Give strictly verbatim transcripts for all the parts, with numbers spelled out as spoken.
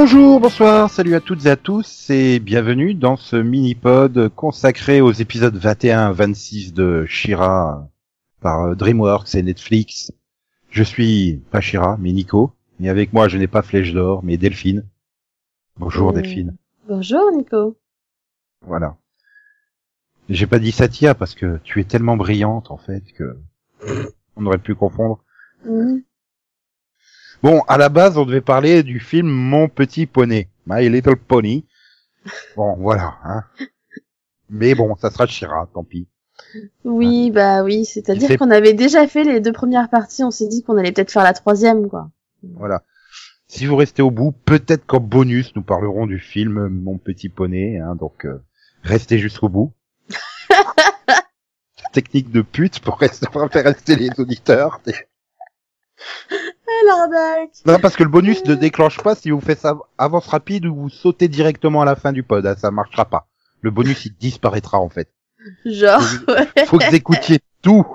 Bonjour, bonsoir, salut à toutes et à tous et bienvenue dans ce mini-pod consacré aux épisodes vingt et un à vingt-six de She-Ra par DreamWorks et Netflix. Je suis pas She-Ra, mais Nico, et avec moi je n'ai pas Flèche d'Or, mais Delphine. Bonjour euh... Delphine. Bonjour Nico. Voilà. J'ai pas dit Satya parce que tu es tellement brillante en fait que on aurait pu confondre. Mmh. Bon, à la base, on devait parler du film Mon Petit Poney, My Little Pony. Bon, voilà, hein. Mais bon, ça sera She-Ra, tant pis. Oui, hein. Bah oui, c'est-à-dire fait... qu'on avait déjà fait les deux premières parties, on s'est dit qu'on allait peut-être faire la troisième, quoi. Voilà. Si vous restez au bout, peut-être qu'en bonus, nous parlerons du film Mon Petit Poney, hein, donc euh, restez jusqu'au bout. Technique de pute pour, rester, pour faire rester les auditeurs. L'arnaque. Non, parce que le bonus ne déclenche pas si vous faites ça avance rapide ou vous sautez directement à la fin du pod, hein, ça marchera pas. Le bonus, il disparaîtra, en fait. Genre, faut, ouais. Faut que vous écoutiez tout.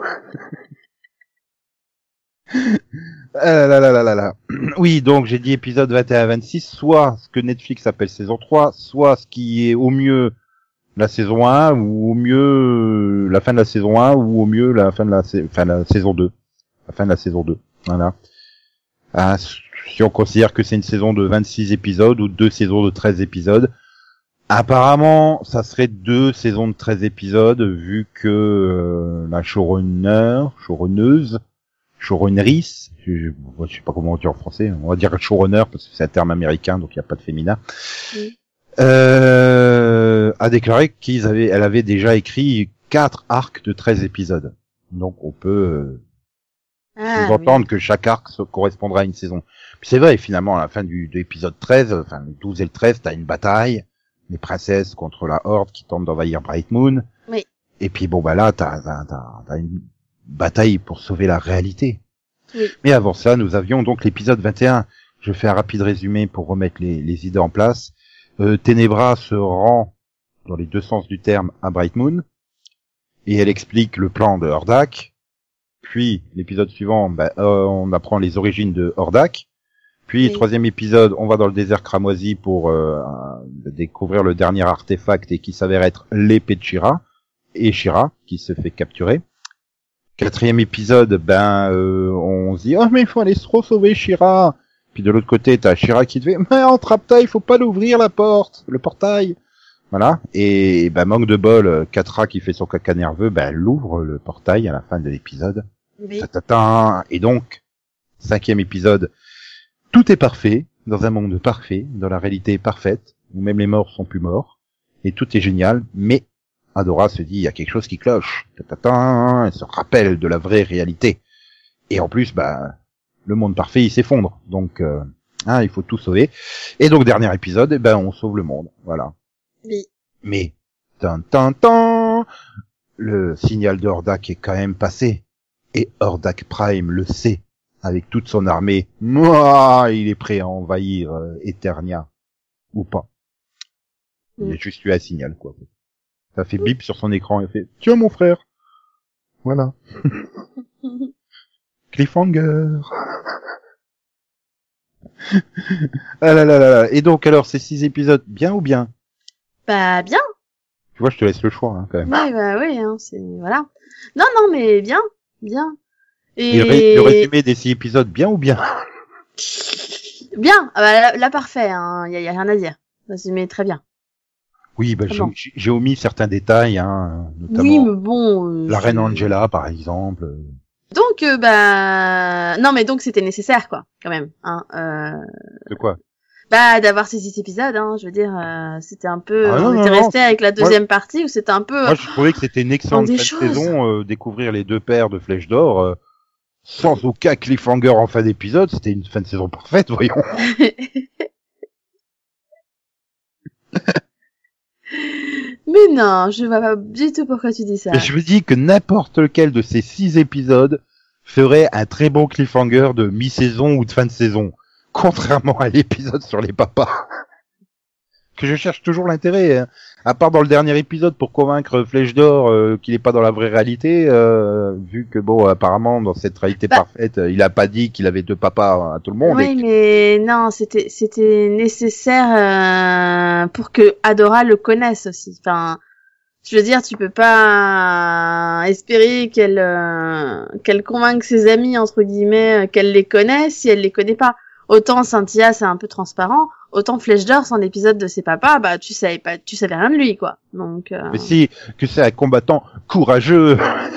ah là là là là là. Oui, donc j'ai dit épisode vingt et un à vingt-six, soit ce que Netflix appelle saison trois, soit ce qui est au mieux la saison un, ou au mieux la fin de la saison un, ou au mieux la fin de la, fin de la saison deux. La fin de la saison deux. Voilà. Ah, si on considère que c'est une saison de vingt-six épisodes ou deux saisons de treize épisodes, apparemment, ça serait deux saisons de treize épisodes vu que euh, la showrunner, showrunneuse, showrunnerisse, je, je, je sais pas comment on dit en français, on va dire showrunner parce que c'est un terme américain donc il n'y a pas de féminin, oui. euh, a déclaré qu'ils avaient, elle avait déjà écrit quatre arcs de treize épisodes. Donc on peut euh, Ah, vous entendre oui. que chaque arc se correspondra à une saison. Puis c'est vrai, finalement, à la fin du, de l'épisode treize, enfin, le douze et le treize, t'as une bataille, les princesses contre la Horde qui tentent d'envahir Bright Moon. Oui. Et puis bon, bah là, t'as, t'as, t'as, t'as une bataille pour sauver la réalité. Oui. Mais avant ça, nous avions donc l'épisode vingt et un. Je fais un rapide résumé pour remettre les, les idées en place. Euh, Ténébra se rend, dans les deux sens du terme, à Bright Moon. Et elle explique le plan de Hordak. Puis, l'épisode suivant, bah, euh, on apprend les origines de Hordak. Puis, oui. Troisième épisode, on va dans le désert cramoisi pour euh, découvrir le dernier artefact et qui s'avère être l'épée de She-Ra. Et She-Ra, qui se fait capturer. Quatrième épisode, ben, euh, on se dit, oh, mais il faut aller trop sauver She-Ra. Puis de l'autre côté, t'as She-Ra qui te fait, mais en traptail, il faut pas l'ouvrir, la porte, le portail. Voilà. Et, ben, manque de bol, Catra qui fait son caca nerveux, ben, elle ouvre le portail à la fin de l'épisode. Oui. Et donc, cinquième épisode, tout est parfait, dans un monde parfait, dans la réalité parfaite, où même les morts sont plus morts, et tout est génial, mais Adora se dit, il y a quelque chose qui cloche, elle se rappelle de la vraie réalité. Et en plus, bah, le monde parfait, il s'effondre, donc, euh, hein, il faut tout sauver. Et donc, dernier épisode, eh ben, on sauve le monde, voilà. Oui. Mais, tan tan tan, le signal de Hordak est quand même passé. Et Hordak Prime le sait, avec toute son armée. Mouah, il est prêt à envahir euh, Eternia. Ou pas. Mm. Il a juste eu un signal, quoi. Ça fait bip sur son écran, il fait « Tiens, mon frère !» Voilà. Cliffhanger. Ah là là là là. Et donc, alors, ces six épisodes, bien ou bien? Bah, bien. Tu vois, je te laisse le choix, hein, quand même. Ouais, bah oui, hein, c'est... Voilà. Non, non, mais bien. Bien. Et, Et ré- le résumé des six épisodes, bien ou bien? Bien. Ah bah, là, là, parfait. Hein. Y a, y a rien à dire. Résumé très bien. Oui, bah, j'ai, j'ai omis certains détails, hein, notamment. Oui, mais bon. Euh, la reine Angela, par exemple. Donc, euh, bah, non, mais donc c'était nécessaire, quoi, quand même. Hein. Euh... De quoi? Bah, d'avoir ces six épisodes, hein. Je veux dire, euh, c'était un peu. Ah, non, on non, était non, resté non. avec la deuxième moi, partie où c'était un peu. Moi, je trouvais que c'était une excellente fin de choses. saison, euh, découvrir les deux paires de flèches d'or, euh, sans aucun cliffhanger en fin d'épisode. C'était une fin de saison parfaite, voyons. Mais non, je vois pas du tout pourquoi tu dis ça. Mais je me dis que n'importe lequel de ces six épisodes ferait un très bon cliffhanger de mi-saison ou de fin de saison, contrairement à l'épisode sur les papas. que je cherche toujours l'intérêt, hein. À part dans le dernier épisode pour convaincre Flèche d'Or euh, qu'il est pas dans la vraie réalité, euh, vu que bon, apparemment dans cette réalité bah, parfaite, il a pas dit qu'il avait deux papas à tout le monde. Oui, et... mais non, c'était c'était nécessaire euh, pour que Adora le connaisse aussi. Enfin, je veux dire, tu peux pas espérer qu'elle euh, qu'elle convainque ses amis entre guillemets qu'elle les connaisse si elle les connaît pas. Autant Cynthia, c'est un peu transparent. Autant Flèche d'Or, son épisode de ses papas, bah tu savais pas, tu savais rien de lui, quoi. Donc. Euh... Mais si, que c'est un combattant courageux.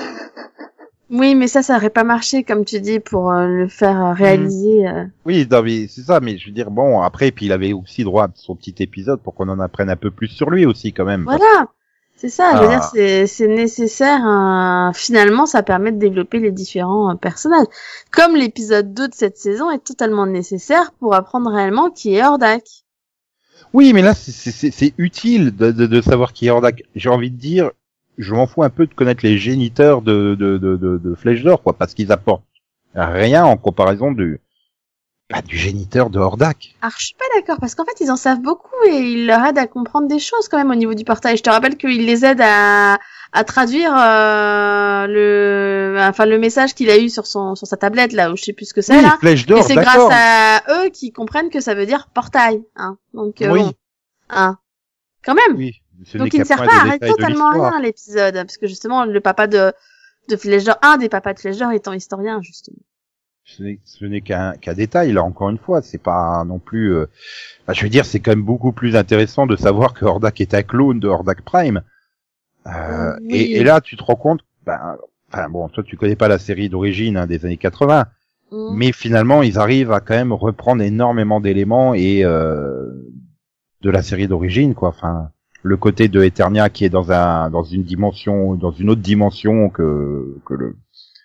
Oui, mais ça, ça aurait pas marché, comme tu dis, pour euh, le faire réaliser. Euh... Oui, non, mais c'est ça. Mais je veux dire, bon, après, puis il avait aussi droit à son petit épisode pour qu'on en apprenne un peu plus sur lui aussi, quand même. Voilà. C'est ça, ah. je veux dire, c'est, c'est nécessaire. Euh, finalement, ça permet de développer les différents euh, personnages. Comme l'épisode deux de cette saison est totalement nécessaire pour apprendre réellement qui est Hordak. Oui, mais là, c'est, c'est, c'est utile de, de, de savoir qui est Hordak. J'ai envie de dire, je m'en fous un peu de connaître les géniteurs de, de, de, de, de Flèche d'Or, quoi, parce qu'ils apportent rien en comparaison du, bah, du géniteur de Hordak. Alors, je suis pas d'accord, parce qu'en fait, ils en savent beaucoup et ils leur aident à comprendre des choses quand même au niveau du portail. Je te rappelle qu'ils les aident à, à traduire euh, le, enfin le message qu'il a eu sur son, sur sa tablette là, où je sais plus ce que c'est oui, là. Flèche d'Or, et c'est d'accord. grâce à eux qu'ils comprennent que ça veut dire portail, hein. Donc euh, oui. bon, hein, quand même. Oui. Donc il ne sert pas à arrêter totalement rien l'épisode, parce que justement le papa de de Flèche d'Or, un des papas de Flèche d'Or étant historien justement. Ce n'est, ce n'est qu'un, qu'un détail, là, encore une fois. C'est pas non plus... Euh... Bah, je veux dire, c'est quand même beaucoup plus intéressant de savoir que Hordak est un clone de Hordak Prime. Euh, oui. et, et là, tu te rends compte... Ben, enfin, bon, toi, tu connais pas la série d'origine hein, des années quatre-vingts, mm. mais finalement, ils arrivent à quand même reprendre énormément d'éléments et euh, de la série d'origine, quoi. Enfin, le côté de Eternia qui est dans un dans une dimension, dans une autre dimension que que le...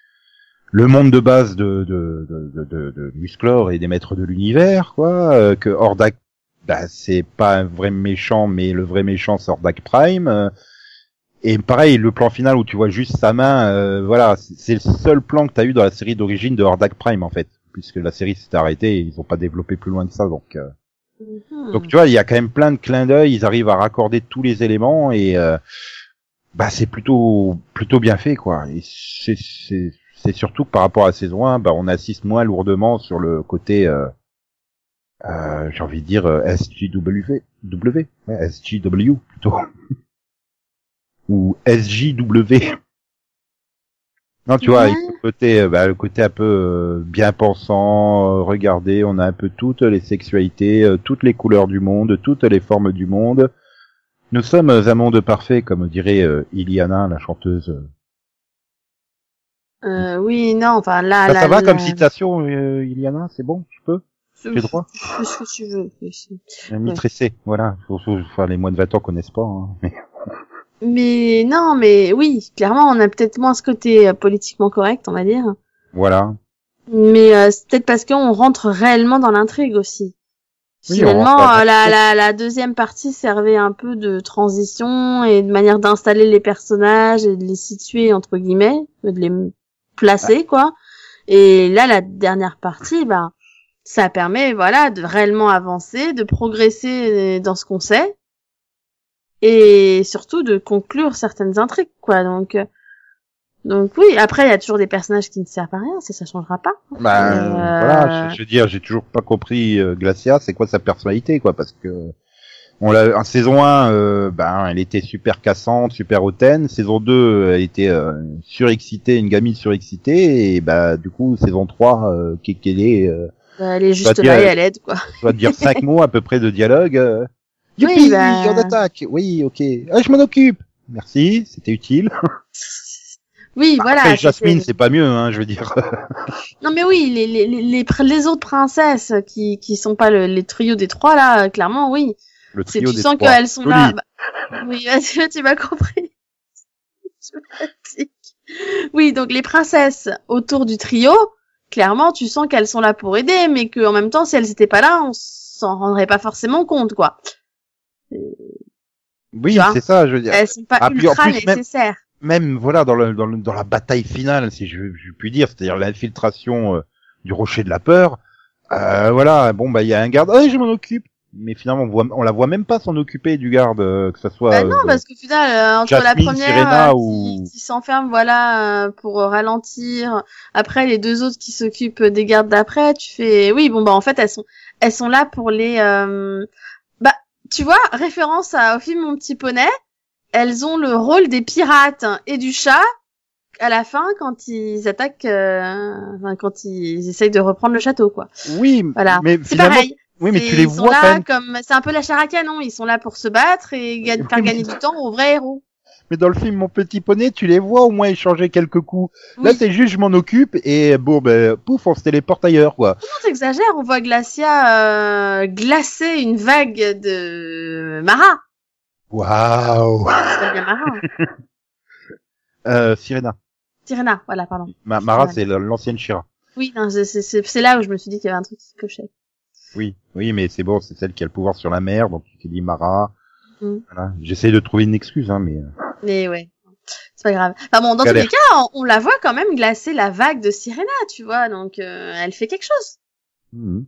le monde de base de de de de, de Musclor et des maîtres de l'univers, quoi, euh, que Hordak, bah c'est pas un vrai méchant, mais le vrai méchant c'est Hordak Prime. Euh, et pareil, le plan final où tu vois juste sa main, euh, voilà, c'est, c'est le seul plan que t'as eu dans la série d'origine de Hordak Prime en fait, puisque la série s'est arrêtée et ils ont pas développé plus loin que ça, donc. Euh... Mm-hmm. Donc tu vois, il y a quand même plein de clins d'œil, ils arrivent à raccorder tous les éléments et euh, bah c'est plutôt plutôt bien fait, quoi. Et c'est c'est C'est surtout que par rapport à la saison un, bah, on assiste moins lourdement sur le côté, euh, euh, j'ai envie de dire, euh, S G W, W, ouais, S G W plutôt, ou S J W. Non, tu vois, ouais. le côté, bah, le côté un peu euh, bien pensant, euh, regardez, on a un peu toutes les sexualités, euh, toutes les couleurs du monde, toutes les formes du monde. Nous sommes un monde parfait, comme dirait euh, Iliana, la chanteuse. Euh, oui, non, enfin là, ça, là, ça va là, comme là... citation, euh, Iliana, c'est bon, je peux, j'ai droit. Fais ce que tu veux. Ouais. Mitressé, voilà. Enfin, les moins de vingt ans connaissent pas. Hein. Mais... mais non, mais oui, clairement, on a peut-être moins ce côté euh, politiquement correct, on va dire. Voilà. Mais euh, c'est peut-être parce qu'on rentre réellement dans l'intrigue aussi. Oui, finalement, euh, la, la, la deuxième partie servait un peu de transition et de manière d'installer les personnages et de les situer entre guillemets, de les placer, quoi. Et là, la dernière partie, bah, ça permet, voilà, de réellement avancer, de progresser dans ce qu'on sait, et surtout de conclure certaines intrigues, quoi. Donc, donc oui. Après, il y a toujours des personnages qui ne servent à rien, ça, ça changera pas. Bah, euh... voilà, je, je veux dire, j'ai toujours pas compris euh, Glacia, c'est quoi sa personnalité, quoi, parce que on l'a en saison un, euh, ben, elle était super cassante, super hautaine. Saison deux, elle était euh, surexcitée, une gamine surexcitée, et bah du coup, saison trois, euh, qu'elle est, euh, bah, elle est juste là et elle aide, quoi. Je dois te dire cinq mots à peu près de dialogue. Euh, Youpi, oui, bah... on attaque. Oui, ok. Ah, je m'en occupe. Merci, c'était utile. Oui, bah, voilà. Après, Jasmine, c'est pas mieux, hein, je veux dire. Non, mais oui, les les les les autres princesses qui qui sont pas le, les trios des trois là, clairement, oui. Le trio tu des sens trois. qu'elles sont Joli. là. Bah, oui, tu, tu m'as compris. Je fatigue. Oui, donc les princesses autour du trio, clairement, tu sens qu'elles sont là pour aider, mais que en même temps, si elles étaient pas là, on s'en rendrait pas forcément compte, quoi. Oui, c'est ça, je veux dire. Elles sont pas ah, ultra plus, nécessaires. Même, même, voilà, dans le, dans le, dans la bataille finale, si je, je puis dire, c'est-à-dire l'infiltration euh, du rocher de la peur. Euh, voilà, bon bah il y a un garde. Ah, je m'en occupe. mais finalement on voit, on la voit même pas s'en occuper du garde, euh, que ça soit. Bah non, euh, parce que final euh, entre Jasmine, la première Serena euh, ou... qui, qui s'enferme, voilà, euh, pour euh, ralentir. Après les deux autres qui s'occupent des gardes d'après, tu fais, oui, bon bah en fait elles sont, elles sont là pour les, euh... bah tu vois, référence à, au film Mon Petit Poney, elles ont le rôle des pirates et du chat. À la fin, quand ils attaquent, euh, enfin, quand ils essayent de reprendre le château, quoi. Oui, voilà. mais c'est finalement, pareil. oui, mais c'est, tu les ils vois sont quand là même. comme, c'est un peu la chair à canon. Ils sont là pour se battre et ga- faire Oui, gagner mais... du temps aux vrais héros. Mais dans le film Mon Petit Poney, tu les vois au moins échanger quelques coups. Oui. Là, c'est juste je m'en occupe et bon, ben pouf, on se téléporte ailleurs, quoi. Non, t'exagères. On voit Glacia euh, glacer une vague de Mara. Waouh. C'est bien Mara. euh, Sirena. Sirena, voilà, pardon. Ma- Mara, c'est l'ancienne Shira. Oui, non, c'est, c'est, c'est là où je me suis dit qu'il y avait un truc qui cochait. Oui, oui, mais c'est bon, c'est celle qui a le pouvoir sur la mer, donc tu t'es dit Mara. Mm. Voilà. J'essaie de trouver une excuse, hein, mais. Mais ouais, c'est pas grave. Enfin bon, dans Galère. tous les cas, on, on la voit quand même glacer la vague de Sirena, tu vois, donc euh, elle fait quelque chose. Mmh.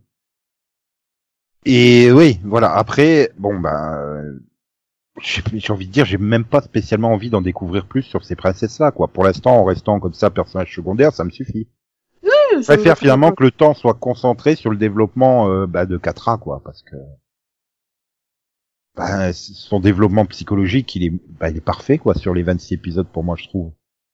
Et oui, voilà. Après, bon bah, j'ai, j'ai envie de dire, j'ai même pas spécialement envie d'en découvrir plus sur ces princesses-là, quoi. Pour l'instant, en restant comme ça personnage secondaire, ça me suffit. Oui, je préfère finalement que le temps soit concentré sur le développement euh, bah, de Catra, quoi, parce que bah, son développement psychologique, il est, bah, il est parfait, quoi, sur les vingt-six épisodes pour moi, je trouve.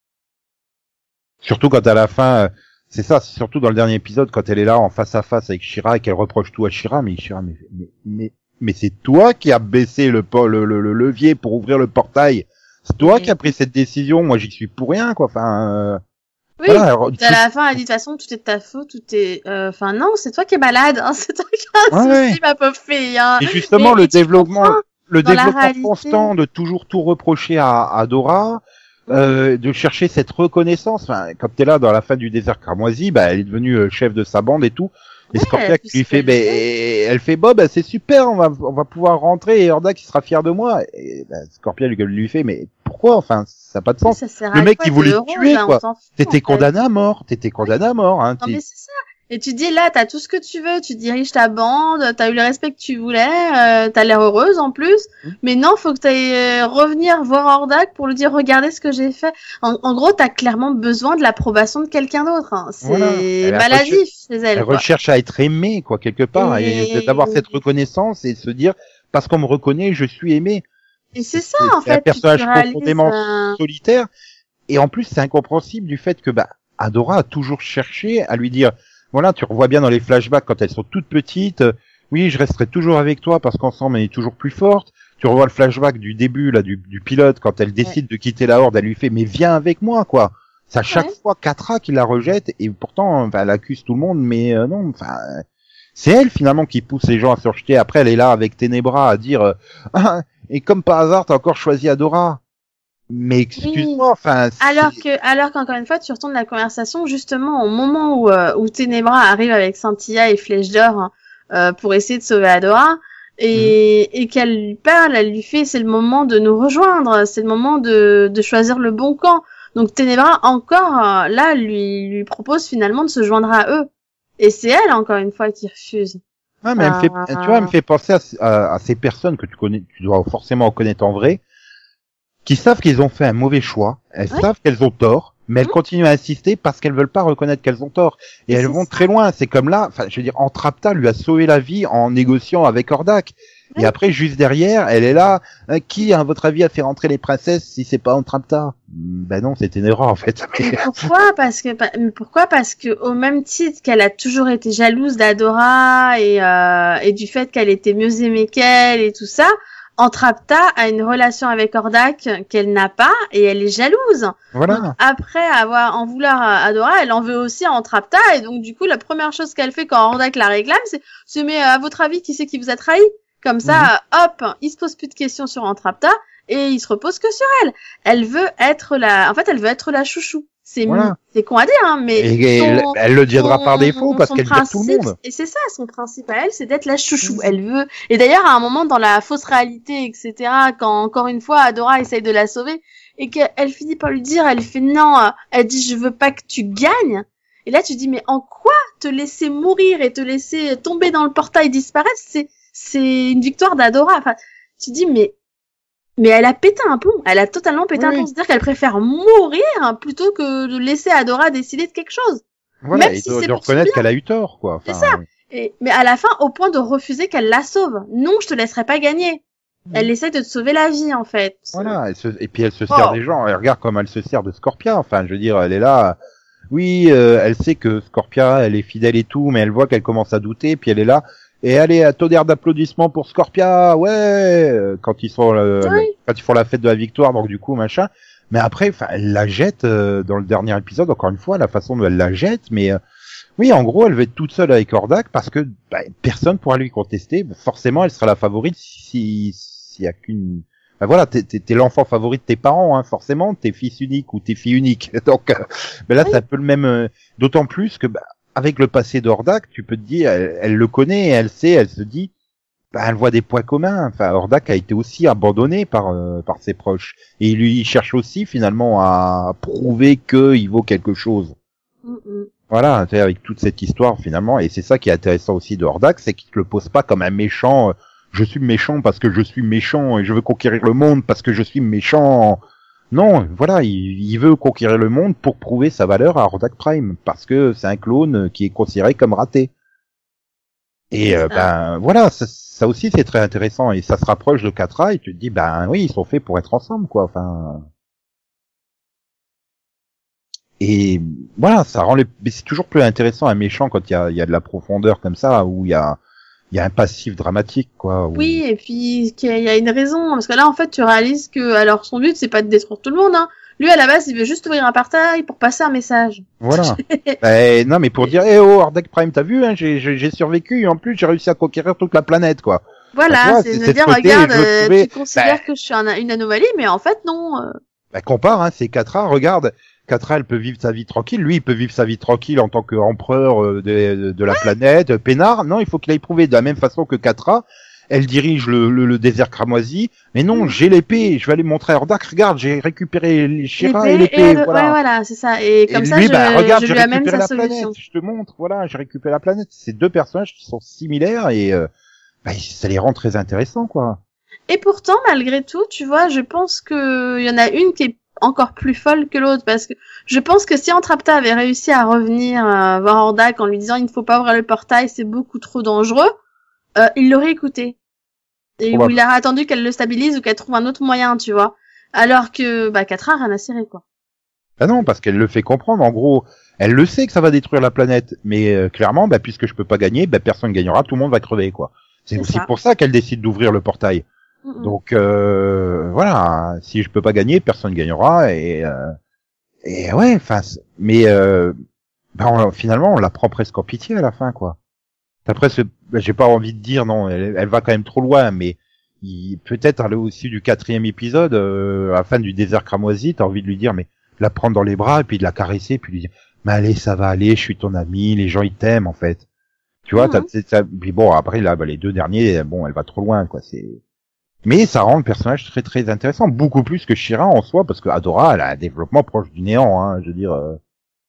Surtout quand à la fin, c'est ça, c'est surtout dans le dernier épisode, quand elle est là en face à face avec Shira et qu'elle reproche tout à Shira, mais Shira, mais mais mais, mais c'est toi qui as baissé le, le, le, le levier pour ouvrir le portail. C'est toi oui. qui as pris cette décision. Moi, j'y suis pour rien, quoi. Enfin. Euh... Oui, voilà, alors, à la fin, elle dit de toute façon, tout est de ta faute, tout est... Enfin, euh, non, c'est toi qui es malade, hein, c'est toi qui as un ouais, souci, ouais. ma pauvre fille. Hein. Et justement, mais, le, et développement, le développement réalité... constant de toujours tout reprocher à, à Dora, euh, de chercher cette reconnaissance. Enfin, quand t'es là dans la fin du désert cramoisi, bah, elle est devenue chef de sa bande et tout. Et ouais, Scorpia qui lui fait, ben, elle fait, Bob, bah, c'est super, on va, on va pouvoir rentrer et Hordak qui sera fier de moi. Et bah, Scorpia lui, lui fait, mais pourquoi, enfin, ça n'a pas de sens. Le mec qui voulait te tuer, quoi. T'étais condamné à mort, t'étais condamné à mort, hein. Non, mais c'est ça. Et tu dis, là, t'as tout ce que tu veux, tu diriges ta bande, t'as eu le respect que tu voulais, euh, t'as l'air heureuse en plus, mmh. mais non, faut que t'ailles euh, revenir voir Hordak pour lui dire, regardez ce que j'ai fait. En, en gros, t'as clairement besoin de l'approbation de quelqu'un d'autre. Hein. C'est voilà. maladif chez elle. Elle quoi. recherche à être aimée, quoi, quelque part, et, et d'avoir cette reconnaissance et de se dire, parce qu'on me reconnaît, je suis aimé. Et c'est ça, en fait. C'est un personnage profondément un... solitaire, et en plus, c'est incompréhensible du fait que, bah, Adora a toujours cherché à lui dire, voilà, tu revois bien dans les flashbacks quand elles sont toutes petites, euh, oui, je resterai toujours avec toi parce qu'ensemble on est toujours plus forte. Tu revois le flashback du début là du, du pilote quand elle décide ouais. de quitter la Horde, elle lui fait mais viens avec moi quoi. C'est à chaque ouais. fois Catra qui la rejette et pourtant enfin, elle accuse tout le monde mais euh, non, enfin c'est elle finalement qui pousse les gens à se rejeter. Après elle est là avec Ténébra à dire euh, ah, et comme par hasard t'as encore choisi Adora. Mais excuse-moi, enfin. Oui. Alors que, alors qu'encore une fois, tu retournes la conversation justement au moment où euh, où Ténébra arrive avec Scintilla et Flèche d'Or hein, euh, pour essayer de sauver Adora et mmh. et qu'elle lui parle, elle lui fait c'est le moment de nous rejoindre, c'est le moment de de choisir le bon camp. Donc Ténébra encore euh, là lui lui propose finalement de se joindre à eux et c'est elle encore une fois qui refuse. Ouais, mais euh... elle me fait, tu vois, elle me fait penser à, à, à ces personnes que tu connais, tu dois forcément connaître en vrai. Qui savent qu'ils ont fait un mauvais choix, elles oui. savent qu'elles ont tort, mais elles mmh. continuent à insister parce qu'elles veulent pas reconnaître qu'elles ont tort. Et, et elles vont ça. très loin. C'est comme là, enfin, je veux dire, Entrapta lui a sauvé la vie en négociant avec Hordak. Oui. Et après, juste derrière, elle est là. Hein, qui, à votre avis, a fait rentrer les princesses si c'est pas Entrapta? Ben non, c'était une erreur en fait. Mais pourquoi? Parce que pourquoi? Parce que au même titre qu'elle a toujours été jalouse d'Adora et euh, et du fait qu'elle était mieux aimée qu'elle et tout ça. Entrapta a une relation avec Hordak qu'elle n'a pas et elle est jalouse. Voilà. Donc, après avoir en vouloir à Adora, elle en veut aussi à Entrapta et donc du coup la première chose qu'elle fait quand Hordak la réclame, c'est se met à votre avis qui c'est qui vous a trahi. Comme ça, mmh. hop, il se pose plus de questions sur Entrapta et il se repose que sur elle. Elle veut être la, en fait, elle veut être la chouchou. C'est voilà. c'est con à dire, hein, mais et son, elle, elle le dira son, par défaut parce qu'elle vire tout le monde. Et c'est ça, son principe à elle, c'est d'être la chouchou. Mmh. Elle veut. Et d'ailleurs, à un moment dans la fausse réalité, et cetera, quand encore une fois Adora essaye de la sauver et qu'elle finit par lui dire, elle fait non, elle dit je veux pas que tu gagnes. Et là, tu dis mais en quoi te laisser mourir et te laisser tomber dans le portail disparaître, c'est c'est une victoire d'Adora. Enfin, tu dis, mais, mais elle a pété un plomb. Elle a totalement pété oui. un plomb. C'est-à-dire qu'elle préfère mourir plutôt que de laisser Adora décider de quelque chose. Voilà, Même et si de, c'est de reconnaître qu'elle a eu tort, quoi. Enfin, c'est ça. Et, mais à la fin, au point de refuser qu'elle la sauve. Non, je te laisserai pas gagner. Elle essaie de te sauver la vie, en fait. Voilà, elle se... et puis elle se sert oh. des gens. Elle regarde comme elle se sert de Scorpia. Enfin, je veux dire, elle est là. Oui, euh, elle sait que Scorpia, elle est fidèle et tout, mais elle voit qu'elle commence à douter, puis elle est là. Et allez, à tonnerre d'applaudissements pour Scorpia, ouais, quand ils sont, euh, oui. quand ils font la fête de la victoire, donc du coup, machin. Mais après, enfin, elle la jette euh, dans le dernier épisode, encore une fois, la façon dont elle la jette, mais euh, oui, en gros, elle va être toute seule avec Hordak parce que bah, personne pourra lui contester. Forcément, elle sera la favorite si s'il y a qu'une. Ben voilà, t'es, t'es, t'es l'enfant favori de tes parents, hein, forcément, t'es fils unique ou t'es fille unique. Donc, euh, ben là, oui. c'est un peu le même. Euh, d'autant plus que, bah, avec le passé d'Hordak, tu peux te dire, elle, elle le connaît, elle sait, elle se dit, bah, elle voit des points communs. Enfin, Hordak a été aussi abandonné par euh, par ses proches, et il lui cherche aussi finalement à prouver qu'il vaut quelque chose. Mm-mm. Voilà, avec toute cette histoire finalement, et c'est ça qui est intéressant aussi de Hordak, c'est qu'il te le pose pas comme un méchant. Euh, je suis méchant parce que je suis méchant et je veux conquérir le monde parce que je suis méchant. Non, voilà, il, il veut conquérir le monde pour prouver sa valeur à Hordak Prime parce que c'est un clone qui est considéré comme raté. Et euh, ben voilà, ça, ça aussi c'est très intéressant et ça se rapproche de Catra et tu te dis ben oui, ils sont faits pour être ensemble quoi. Enfin et voilà, ça rend les. Mais c'est toujours plus intéressant un méchant quand il y a il y a de la profondeur comme ça où il y a il y a un passif dramatique, quoi. Où... Oui, et puis qu'il y a une raison, parce que là, en fait, tu réalises que, alors, son but, c'est pas de détruire tout le monde, hein. Lui, à la base, il veut juste ouvrir un portail pour passer un message. Voilà. bah, non, mais pour dire, eh oh, Hordak Prime, t'as vu, hein, j'ai, j'ai, j'ai survécu, et en plus, j'ai réussi à conquérir toute la planète, quoi. Voilà, bah, vois, c'est, c'est de dire, côté, regarde, euh, trouver... tu considères bah... que je suis un, une anomalie, mais en fait, non. Euh... Bah, compare, hein, c'est Catra, regarde. Catra, elle peut vivre sa vie tranquille. Lui, il peut vivre sa vie tranquille en tant qu'empereur euh, de, de la ouais. planète, peinard. Non, il faut qu'il aille prouver de la même façon que Catra. Elle dirige le, le, le désert cramoisi. Mais non, mmh. j'ai l'épée. Je vais aller montrer à Hordak. Regarde, j'ai récupéré les Shira et l'épée. Et elle, voilà. Ouais, voilà, c'est ça. Et comme et ça, lui, je, bah, regarde, je j'ai lui amène récupéré sa la solution. planète. Je te montre. Voilà, j'ai récupéré la planète. C'est deux personnages qui sont similaires et euh, bah, ça les rend très intéressants, quoi. Et pourtant, malgré tout, tu vois, je pense que il y en a une qui est encore plus folle que l'autre, parce que je pense que si Entrapta avait réussi à revenir euh, voir Hordak en lui disant il ne faut pas ouvrir le portail, c'est beaucoup trop dangereux, euh, il l'aurait écouté. Et où il aurait attendu qu'elle le stabilise ou qu'elle trouve un autre moyen, tu vois. Alors que bah Catra, rien à cirer, quoi. Ah non, parce qu'elle le fait comprendre, en gros, elle le sait que ça va détruire la planète, mais euh, clairement, bah puisque je peux pas gagner, bah personne gagnera, tout le monde va crever, quoi. C'est, c'est aussi ça. Pour ça qu'elle décide d'ouvrir le portail. Donc euh, voilà, si je peux pas gagner, personne gagnera et euh, et ouais, enfin, mais euh, ben on, finalement on la prend presque en pitié à la fin, quoi. Après, ce, ben, j'ai pas envie de dire non, elle, elle va quand même trop loin, mais il, peut-être aller aussi du quatrième épisode, euh, à la fin du désert cramoisi, t'as envie de lui dire mais la prendre dans les bras et puis de la caresser puis lui dire mais allez ça va aller, je suis ton ami, les gens ils t'aiment en fait. Tu vois, mm-hmm. t'as, t'as, puis bon après là, ben, les deux derniers, bon elle va trop loin quoi, c'est. Mais ça rend le personnage très très intéressant, beaucoup plus que Shira en soi, parce que Adora, elle a un développement proche du néant, hein, je veux dire. Euh...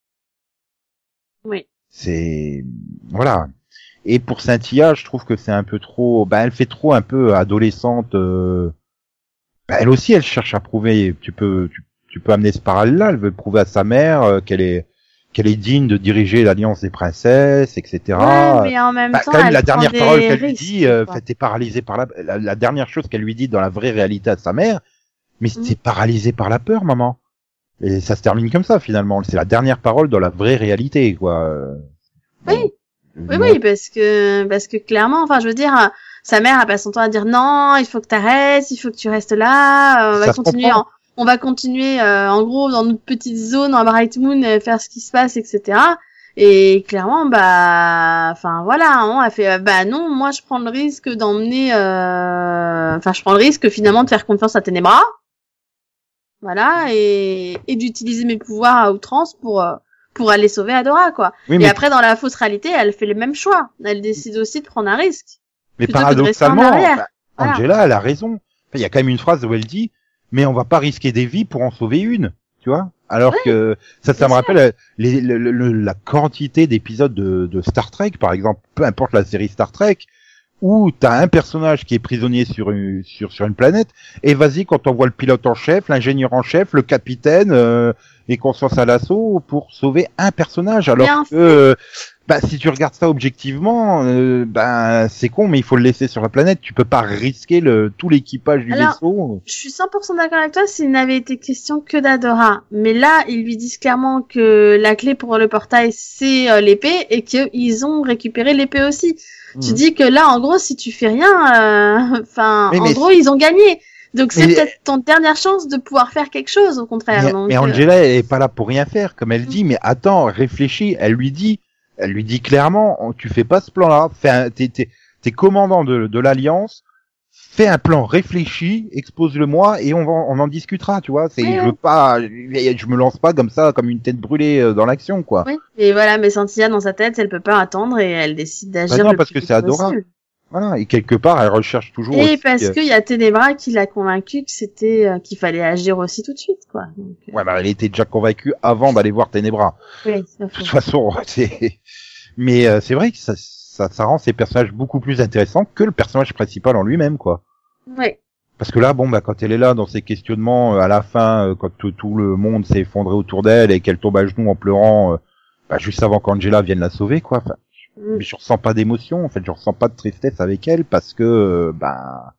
Oui. C'est voilà. Et pour Scintilla, je trouve que c'est un peu trop. Ben, elle fait trop un peu adolescente. Euh... Ben, elle aussi, elle cherche à prouver. Tu peux, tu, tu peux amener ce parallèle-là. Elle veut prouver à sa mère euh, qu'elle est, qu'elle est digne de diriger l'Alliance des princesses, et cetera. Ouais, mais en même bah, temps, quand même, elle la dernière prend parole des qu'elle risques, lui dit, euh, t'es paralysé par la... la, la dernière chose qu'elle lui dit dans la vraie réalité à sa mère, mais mm. t'es paralysé par la peur, maman. Et ça se termine comme ça, finalement. C'est la dernière parole dans la vraie réalité, quoi. Oui. Bon, oui, oui, parce que, parce que clairement, enfin, je veux dire, sa mère a passé son temps à dire non, il faut que t'arrêtes, il faut que tu restes là, on va continuer en, on va continuer, euh, en gros, dans notre petite zone, en Bright Moon, euh, faire ce qui se passe, et cetera. Et clairement, bah, enfin, voilà, on a fait, bah non, moi, je prends le risque d'emmener, euh, enfin, je prends le risque, finalement, de faire confiance à Ténébra. Voilà, et, et d'utiliser mes pouvoirs à outrance pour, euh, pour aller sauver Adora, quoi. Oui, mais... Et après, dans la fausse réalité, elle fait le même choix. Elle décide aussi de prendre un risque. Mais paradoxalement, bah, Angela, voilà. Elle a raison. Il y a quand même une phrase où elle dit, mais on va pas risquer des vies pour en sauver une, tu vois. Alors ouais, que ça, ça me rappelle les, les, les, la quantité d'épisodes de, de Star Trek, par exemple, peu importe la série Star Trek, où t'as un personnage qui est prisonnier sur une, sur, sur une planète, et vas-y, quand on voit le pilote en chef, l'ingénieur en chef, le capitaine, euh, et qu'on se lance à l'assaut pour sauver un personnage, alors que, euh, bah, si tu regardes ça objectivement, euh, bah, c'est con, mais il faut le laisser sur la planète, tu peux pas risquer le, tout l'équipage du alors, vaisseau. Je suis cent pour cent d'accord avec toi s'il n'avait été question que d'Adora. Mais là, ils lui disent clairement que la clé pour le portail, c'est euh, l'épée, et qu'ils ont récupéré l'épée aussi. Mmh. Tu dis que là, en gros, si tu fais rien, enfin, euh, en gros, ils ont gagné. Donc c'est mais... peut-être ton dernière chance de pouvoir faire quelque chose, au contraire. Mais, donc, mais Angela, euh... elle est pas là pour rien faire, comme elle dit. Mais attends, réfléchis. Elle lui dit, elle lui dit clairement, tu fais pas ce plan-là. Fais t'es, t'es, t'es commandant de, de l'Alliance. Fais un plan réfléchi, expose-le-moi et on va, on en discutera, tu vois. C'est, oui, je veux pas, je me lance pas comme ça, comme une tête brûlée dans l'action, quoi. Oui. Et voilà, mais Cynthia, dans sa tête, elle peut pas attendre et elle décide d'agir. Bah non, parce que c'est adorable. Voilà, et quelque part, elle recherche toujours. Et aussi, parce euh... qu'il y a Ténébra qui l'a convaincu que c'était euh, qu'il fallait agir aussi tout de suite, quoi. Donc, euh... Ouais, bah elle était déjà convaincue avant d'aller voir Ténébra. Oui. De toute façon, c'est. Mais euh, c'est vrai que ça, ça, ça rend ces personnages beaucoup plus intéressants que le personnage principal en lui-même, quoi. Ouais. Parce que là, bon, bah quand elle est là dans ses questionnements, euh, à la fin, euh, quand tout, tout le monde s'est effondré autour d'elle et qu'elle tombe à genoux en pleurant, euh, bah juste avant qu'Angela vienne la sauver, quoi. Enfin, mais je ressens pas d'émotion, en fait, je ressens pas de tristesse avec elle parce que, euh, bah,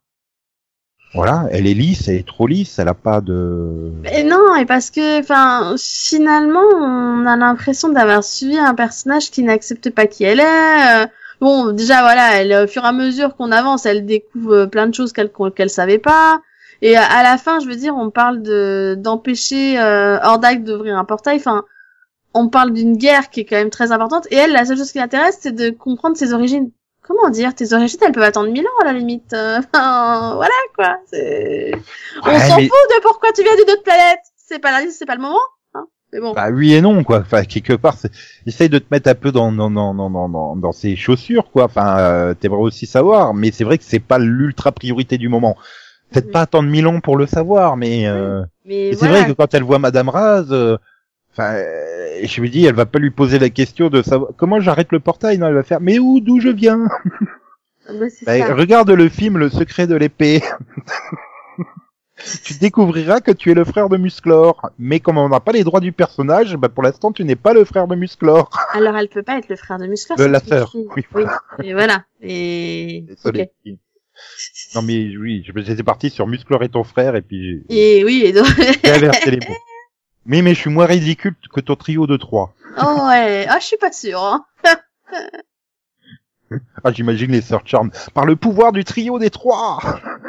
voilà, elle est lisse, elle est trop lisse, elle a pas de. Et non, et parce que, enfin, finalement, on a l'impression d'avoir suivi un personnage qui n'accepte pas qui elle est. Euh, bon, déjà, voilà, elle, au fur et à mesure qu'on avance, elle découvre plein de choses qu'elle qu'elle savait pas. Et à, à la fin, je veux dire, on parle de d'empêcher euh, Hordak d'ouvrir un portail. Enfin. On parle d'une guerre qui est quand même très importante, et elle, la seule chose qui l'intéresse, c'est de comprendre ses origines. Comment dire, tes origines, elles peuvent attendre mille ans, à la limite. Enfin, voilà, quoi. C'est... On ouais, s'en mais... fout de pourquoi tu viens d'une autre planète. C'est pas la c'est pas le moment, hein. Mais bon. Bah, oui et non, quoi. Enfin, quelque part, c'est... essaye de te mettre un peu dans, dans, dans, dans, dans, dans, dans ses chaussures, quoi. Enfin, euh, t'aimerais aussi savoir, mais c'est vrai que c'est pas l'ultra priorité du moment. Peut-être oui. Pas attendre mille ans pour le savoir, mais, euh... mais voilà. C'est vrai que quand elle voit Madame Raz, euh... Enfin, euh, je me dis, elle va pas lui poser la question de savoir comment j'arrête le portail. Non, elle va faire, mais où, d'où je viens? Bah, bah, regarde le film Le Secret de l'épée. Tu découvriras que tu es le frère de Musclor. Mais comme on n'a pas les droits du personnage, bah pour l'instant, tu n'es pas le frère de Musclor. Alors, elle peut pas être le frère de Musclor. De la sœur. Oui. Oui. Et voilà. Et. Désolé. Okay. Non mais oui, j'étais parti sur Musclor et ton frère et puis. Et oui, et donc. J'ai inversé les mots. Mais, mais je suis moins ridicule que ton trio de trois. Oh ouais, ah, je suis pas sûre. Hein. Ah, j'imagine les Sœurs Charm. Par le pouvoir du trio des trois.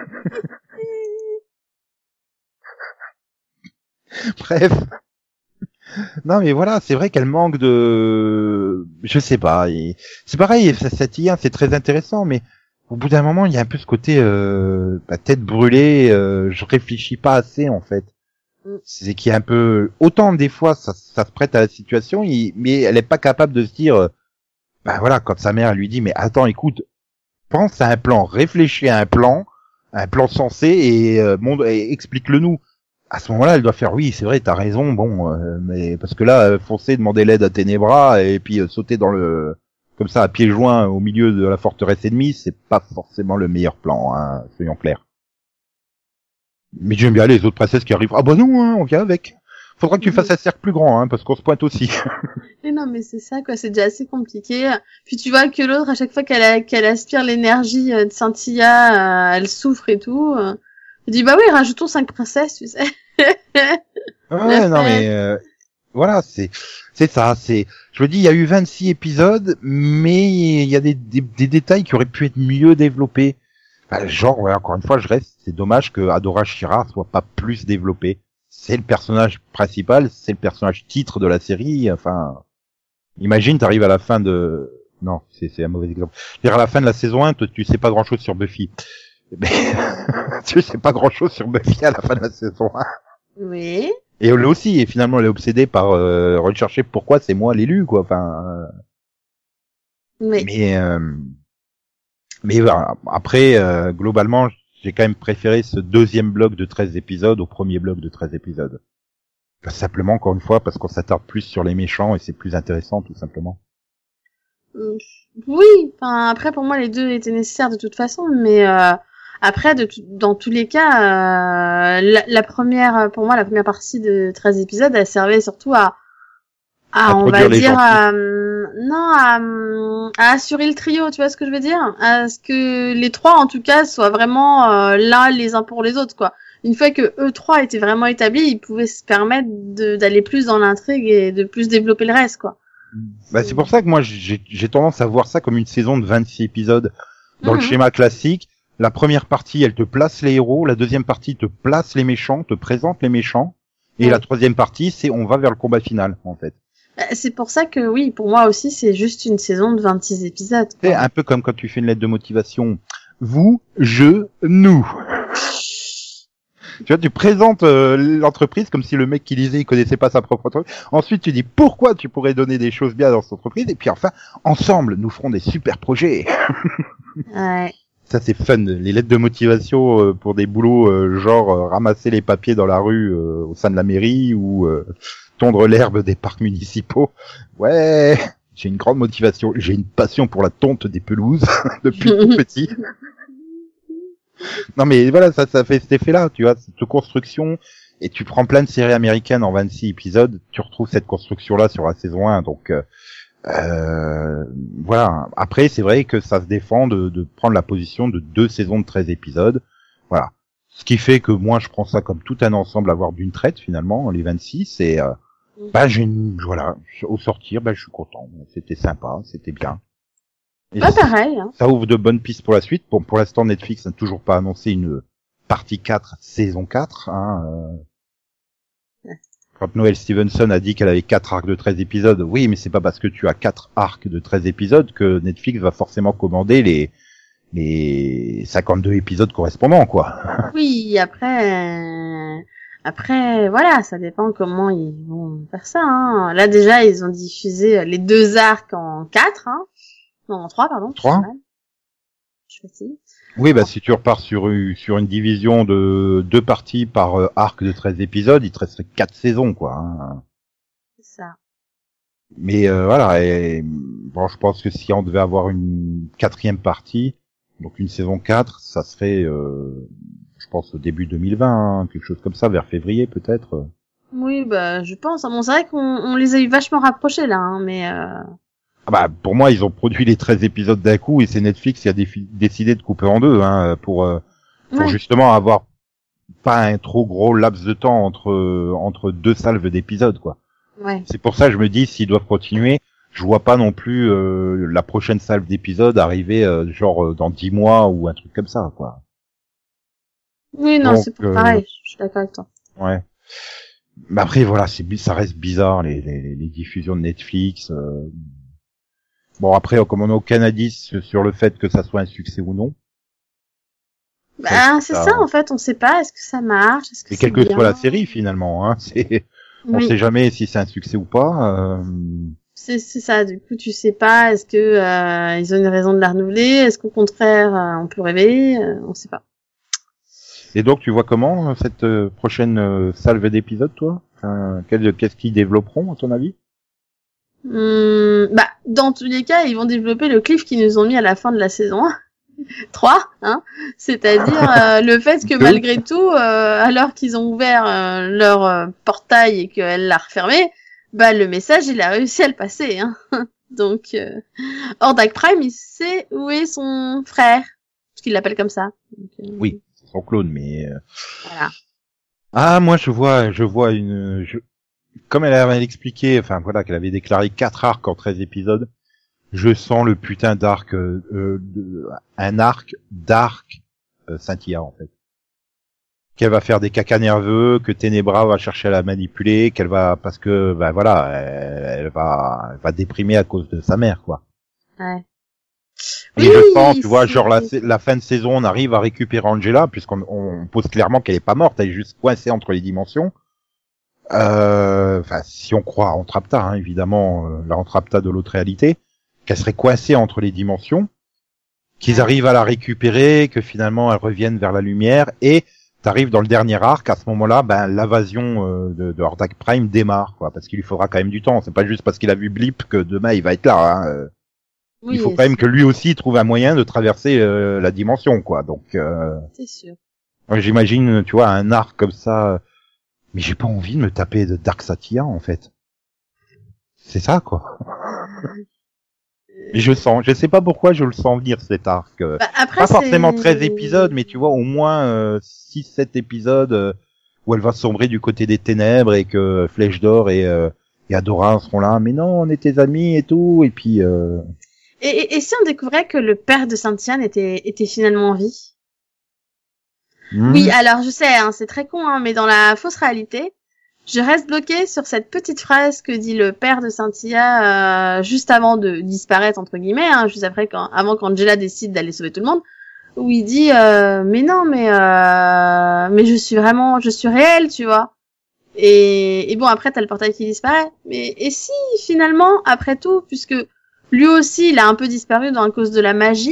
Bref. Non, mais voilà, c'est vrai qu'elle manque de... Je sais pas. Et... C'est pareil, cette I A, c'est très intéressant, mais au bout d'un moment, il y a un peu ce côté euh, la tête brûlée, euh, je réfléchis pas assez, en fait. C'est qu'il y a un peu autant des fois ça, ça se prête à la situation, il, mais elle est pas capable de se dire euh, ben voilà, quand sa mère lui dit mais attends, écoute, pense à un plan, réfléchis à un plan, un plan sensé et, euh, monde, et explique-le nous. À ce moment-là, elle doit faire oui, c'est vrai, t'as raison, bon, euh, mais parce que là, euh, foncer, demander l'aide à Ténébra et puis euh, sauter dans le comme ça à pieds joints au milieu de la forteresse ennemie, c'est pas forcément le meilleur plan, hein, soyons clairs. Mais j'aime bien les autres princesses qui arrivent. Ah bah non, hein, on vient avec. Faudra que tu fasses un cercle plus grand, hein, parce qu'on se pointe aussi. Mais non, mais c'est ça, quoi. C'est déjà assez compliqué. Puis tu vois que l'autre, à chaque fois qu'elle a, qu'elle aspire l'énergie de Cynthia, euh, elle souffre et tout. Euh. Elle dit bah oui, rajoutons cinq princesses, tu sais. Ouais, non mais euh, voilà, c'est c'est ça. C'est. Je me dis, il y a eu vingt-six épisodes, mais il y a des, des des détails qui auraient pu être mieux développés. Enfin, genre, ouais, encore une fois, je reste, c'est dommage que Adora Shira soit pas plus développée. C'est le personnage principal, c'est le personnage titre de la série, enfin, imagine, t'arrives à la fin de, non, c'est, c'est un mauvais exemple. C'est-à-dire à la fin de la saison un, tu sais pas grand chose sur Buffy. Mais, tu sais pas grand chose sur Buffy à la fin de la saison un. Oui. Et elle aussi, et finalement, elle est obsédée par, euh, rechercher pourquoi c'est moi l'élu, quoi, enfin, euh... Oui. Mais, euh... Mais voilà, après, euh, globalement, j'ai quand même préféré ce deuxième bloc de treize épisodes au premier bloc de treize épisodes. Simplement, encore une fois, parce qu'on s'attarde plus sur les méchants et c'est plus intéressant, tout simplement. Euh, oui, enfin après pour moi les deux étaient nécessaires de toute façon, mais euh, après de t- dans tous les cas, euh, la, la première pour moi la première partie de treize épisodes, elle servait surtout à à on va dire à, non à, à assurer le trio, tu vois ce que je veux dire, à ce que les trois en tout cas soient vraiment euh, là les uns pour les autres quoi. Une fois que eux trois étaient vraiment établis, ils pouvaient se permettre de d'aller plus dans l'intrigue et de plus développer le reste quoi. Bah, c'est pour ça que moi j'ai, j'ai tendance à voir ça comme une saison de vingt-six épisodes dans mmh. le schéma classique. La première partie, elle te place les héros, la deuxième partie te place les méchants, te présente les méchants, et ouais. la troisième partie, c'est on va vers le combat final en fait. C'est pour ça que oui, pour moi aussi, c'est juste une saison de vingt-six épisodes. C'est un peu comme quand tu fais une lettre de motivation. Vous, je, nous. Tu vois, tu présentes euh, l'entreprise comme si le mec qui lisait, il connaissait pas sa propre entreprise. Ensuite, tu dis pourquoi tu pourrais donner des choses bien dans cette entreprise. Et puis enfin, ensemble, nous ferons des super projets. Ouais. Ça, c'est fun. Les lettres de motivation euh, pour des boulots euh, genre euh, ramasser les papiers dans la rue euh, au sein de la mairie ou euh, tondre l'herbe des parcs municipaux. Ouais, j'ai une grande motivation. J'ai une passion pour la tonte des pelouses depuis tout petit. Non mais voilà, ça, ça fait cet effet-là, tu vois, cette construction, et tu prends plein de séries américaines en vingt-six épisodes, tu retrouves cette construction-là sur la saison un, donc euh, euh, voilà. Après, c'est vrai que ça se défend de, de prendre la position de deux saisons de treize épisodes, voilà. Ce qui fait que moi, je prends ça comme tout un ensemble à voir d'une traite, finalement, les vingt-six, et euh, bah, j'ai une, voilà, au sortir, bah, je suis content, c'était sympa, c'était bien. Et bah, pareil. Hein. Ça ouvre de bonnes pistes pour la suite. Bon, pour l'instant, Netflix n'a toujours pas annoncé une partie quatre, saison quatre. Hein, euh... ouais. Quand Noelle Stevenson a dit qu'elle avait quatre arcs de treize épisodes, oui, mais c'est pas parce que tu as quatre arcs de treize épisodes que Netflix va forcément commander les les cinquante-deux épisodes correspondants, quoi. Oui, après... Euh... Après, voilà, ça dépend comment ils vont faire ça. Hein. Là, déjà, ils ont diffusé les deux arcs en quatre, hein. Non, en trois, pardon. Trois. Je suis oui, bah, si tu repars sur, sur une division de deux parties par euh, arc de treize épisodes, il te resterait quatre saisons, quoi. Hein. C'est ça. Mais, euh, voilà, et, bon, je pense que si on devait avoir une quatrième partie, donc une saison quatre, ça serait, euh, je pense, au début deux mille vingt, hein, quelque chose comme ça, vers février, peut-être. Oui, bah, je pense. Bon, c'est vrai qu'on on les a eu vachement rapprochés, là, hein, mais, euh... Ah bah, pour moi, ils ont produit les treize épisodes d'un coup et c'est Netflix qui a défi- décidé de couper en deux, hein, pour, euh, pour ouais. justement avoir pas un trop gros laps de temps entre, euh, entre deux salves d'épisodes, quoi. Ouais. C'est pour ça que je me dis, s'ils doivent continuer, je vois pas non plus, euh, la prochaine salve d'épisodes arriver, euh, genre, euh, dans dix mois ou un truc comme ça, quoi. Oui, non, donc, c'est euh... pareil, je suis d'accord avec toi. Ouais. Mais après, voilà, c'est, ça reste bizarre, les, les, les diffusions de Netflix, euh... Bon, après, comme on n'a aucun indice sur le fait que ça soit un succès ou non. Bah, c'est ça, ça, en fait, on sait pas, est-ce que ça marche, est-ce que et c'est quelle que bien. soit la série, finalement, hein, c'est, on oui. sait jamais si c'est un succès ou pas, euh... C'est, c'est ça, du coup, tu sais pas, est-ce que, euh, ils ont une raison de la renouveler, est-ce qu'au contraire, euh, on peut rêver, euh, on sait pas. Et donc, tu vois comment, cette euh, prochaine euh, salve d'épisodes, toi? euh, quel, Qu'est-ce qu'ils développeront, à ton avis? Hum, bah, dans tous les cas, ils vont développer le cliff qu'ils nous ont mis à la fin de la saison trois, hein. C'est-à-dire, euh, le fait que malgré tout, euh, alors qu'ils ont ouvert euh, leur euh, portail et qu'elle l'a refermé, bah, le message, il a réussi à le passer, hein. Donc, euh, Hordak Prime, il sait où est son frère. Parce qu'il l'appelle comme ça. Donc, euh... oui, c'est son clone, mais, euh... voilà. Ah, moi, je vois, je vois une, je... comme elle avait expliqué, enfin voilà, qu'elle avait déclaré quatre arcs en treize épisodes, je sens le putain d'arc, euh, de, un arc d'arc euh, Cynthia en fait. Qu'elle va faire des cacas nerveux, que Ténébra va chercher à la manipuler, qu'elle va, parce que, ben voilà, elle, elle va, elle va déprimer à cause de sa mère, quoi. Ouais. Et oui, je sens, tu vois, genre la, la fin de saison, on arrive à récupérer Angela, puisqu'on on pose clairement qu'elle est pas morte, elle est juste coincée entre les dimensions. Euh, enfin, si on croit à Entrapta, hein, évidemment, euh, la Entrapta de l'autre réalité, qu'elle serait coincée entre les dimensions, qu'ils arrivent à la récupérer, que finalement elle revienne vers la lumière, et t'arrives dans le dernier arc, à ce moment-là, ben l'invasion euh, de, de Hordak Prime démarre, quoi, parce qu'il lui faudra quand même du temps. C'est pas juste parce qu'il a vu Blip que demain il va être là. Hein. Oui, il faut quand même que lui aussi trouve un moyen de traverser euh, la dimension, quoi. Donc, euh, c'est sûr. J'imagine, tu vois, un arc comme ça. Mais j'ai pas envie de me taper de Dark Satya, en fait. C'est ça, quoi. Mais je sens, je sais pas pourquoi je le sens venir, cet arc. Bah, après, pas forcément c'est... treize épisodes, mais tu vois, au moins euh, six sept épisodes euh, où elle va sombrer du côté des ténèbres et que Flèche d'Or et, euh, et Adora seront là. Mais non, on est tes amis et tout. Et puis... Euh... Et, et, et si on découvrait que le père de Cynthia était, était finalement en vie? Mmh. Oui, alors je sais, hein, c'est très con, hein, mais dans la fausse réalité, je reste bloquée sur cette petite phrase que dit le père de Cynthia euh, juste avant de disparaître, entre guillemets, hein, juste après, quand, avant qu'Angela décide d'aller sauver tout le monde, où il dit euh, mais non, mais euh, mais je suis vraiment, je suis réel, tu vois. Et, et bon, après t'as le portail qui disparaît, mais et si finalement, après tout, puisque lui aussi, il a un peu disparu dans à cause de la magie.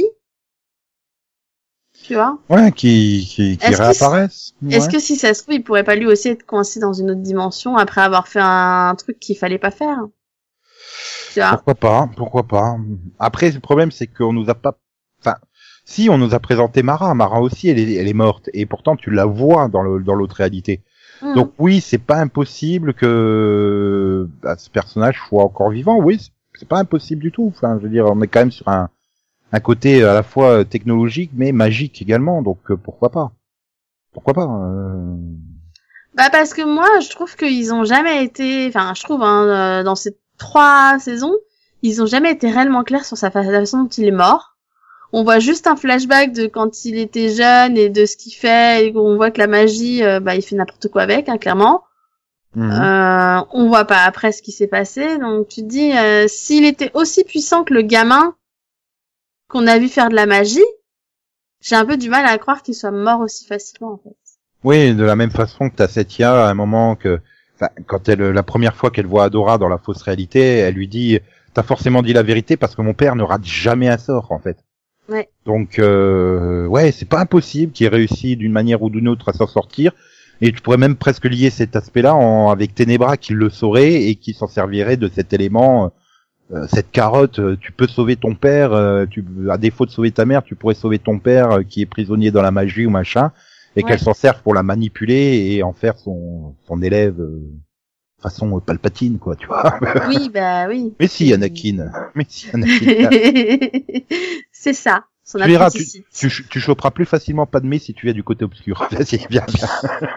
Tu vois? Ouais, qui, qui, qui est-ce réapparaissent. Que, ouais. Est-ce que si ça se trouve, il pourrait pas lui aussi être coincé dans une autre dimension après avoir fait un, un truc qu'il fallait pas faire? Tu vois? Pourquoi pas? Pourquoi pas? Après, le problème, c'est qu'on nous a pas, enfin, si on nous a présenté Mara, Mara aussi, elle est, elle est morte. Et pourtant, tu la vois dans le, dans l'autre réalité. Mmh. Donc oui, c'est pas impossible que, bah, ce personnage soit encore vivant. Oui, c'est pas impossible du tout. Enfin, je veux dire, on est quand même sur un, un côté à la fois technologique mais magique également, donc euh, pourquoi pas pourquoi pas euh... Bah parce que moi je trouve qu'ils ont jamais été, enfin je trouve hein, dans ces trois saisons ils ont jamais été réellement clairs sur sa façon dont il est mort. On voit juste un flashback de quand il était jeune et de ce qu'il fait, et on voit que la magie euh, bah il fait n'importe quoi avec, hein, clairement. Mmh. Euh, on voit pas après ce qui s'est passé, donc tu te dis euh, s'il était aussi puissant que le gamin qu'on a vu faire de la magie, j'ai un peu du mal à croire qu'il soit mort aussi facilement, en fait. Oui, de la même façon que t'as Setia à un moment que, enfin, quand elle, la première fois qu'elle voit Adora dans la fausse réalité, elle lui dit, t'as forcément dit la vérité parce que mon père ne rate jamais un sort, en fait. Ouais. Donc, euh, ouais, c'est pas impossible qu'il ait réussi d'une manière ou d'une autre à s'en sortir. Et tu pourrais même presque lier cet aspect-là en, avec Ténébra qui le saurait et qui s'en servirait de cet élément, Euh, cette carotte, euh, tu peux sauver ton père, euh, tu, à défaut de sauver ta mère, tu pourrais sauver ton père euh, qui est prisonnier dans la magie ou machin, et ouais. Qu'elle s'en serve pour la manipuler et en faire son, son élève euh, façon euh, Palpatine, quoi, tu vois. Oui, bah oui. Mais si, Anakin. Mais si, Anakin. C'est ça. Son tu verras, tu, tu, tu choperas plus facilement Padmé si tu viens du côté obscur. Vas-y, viens, viens.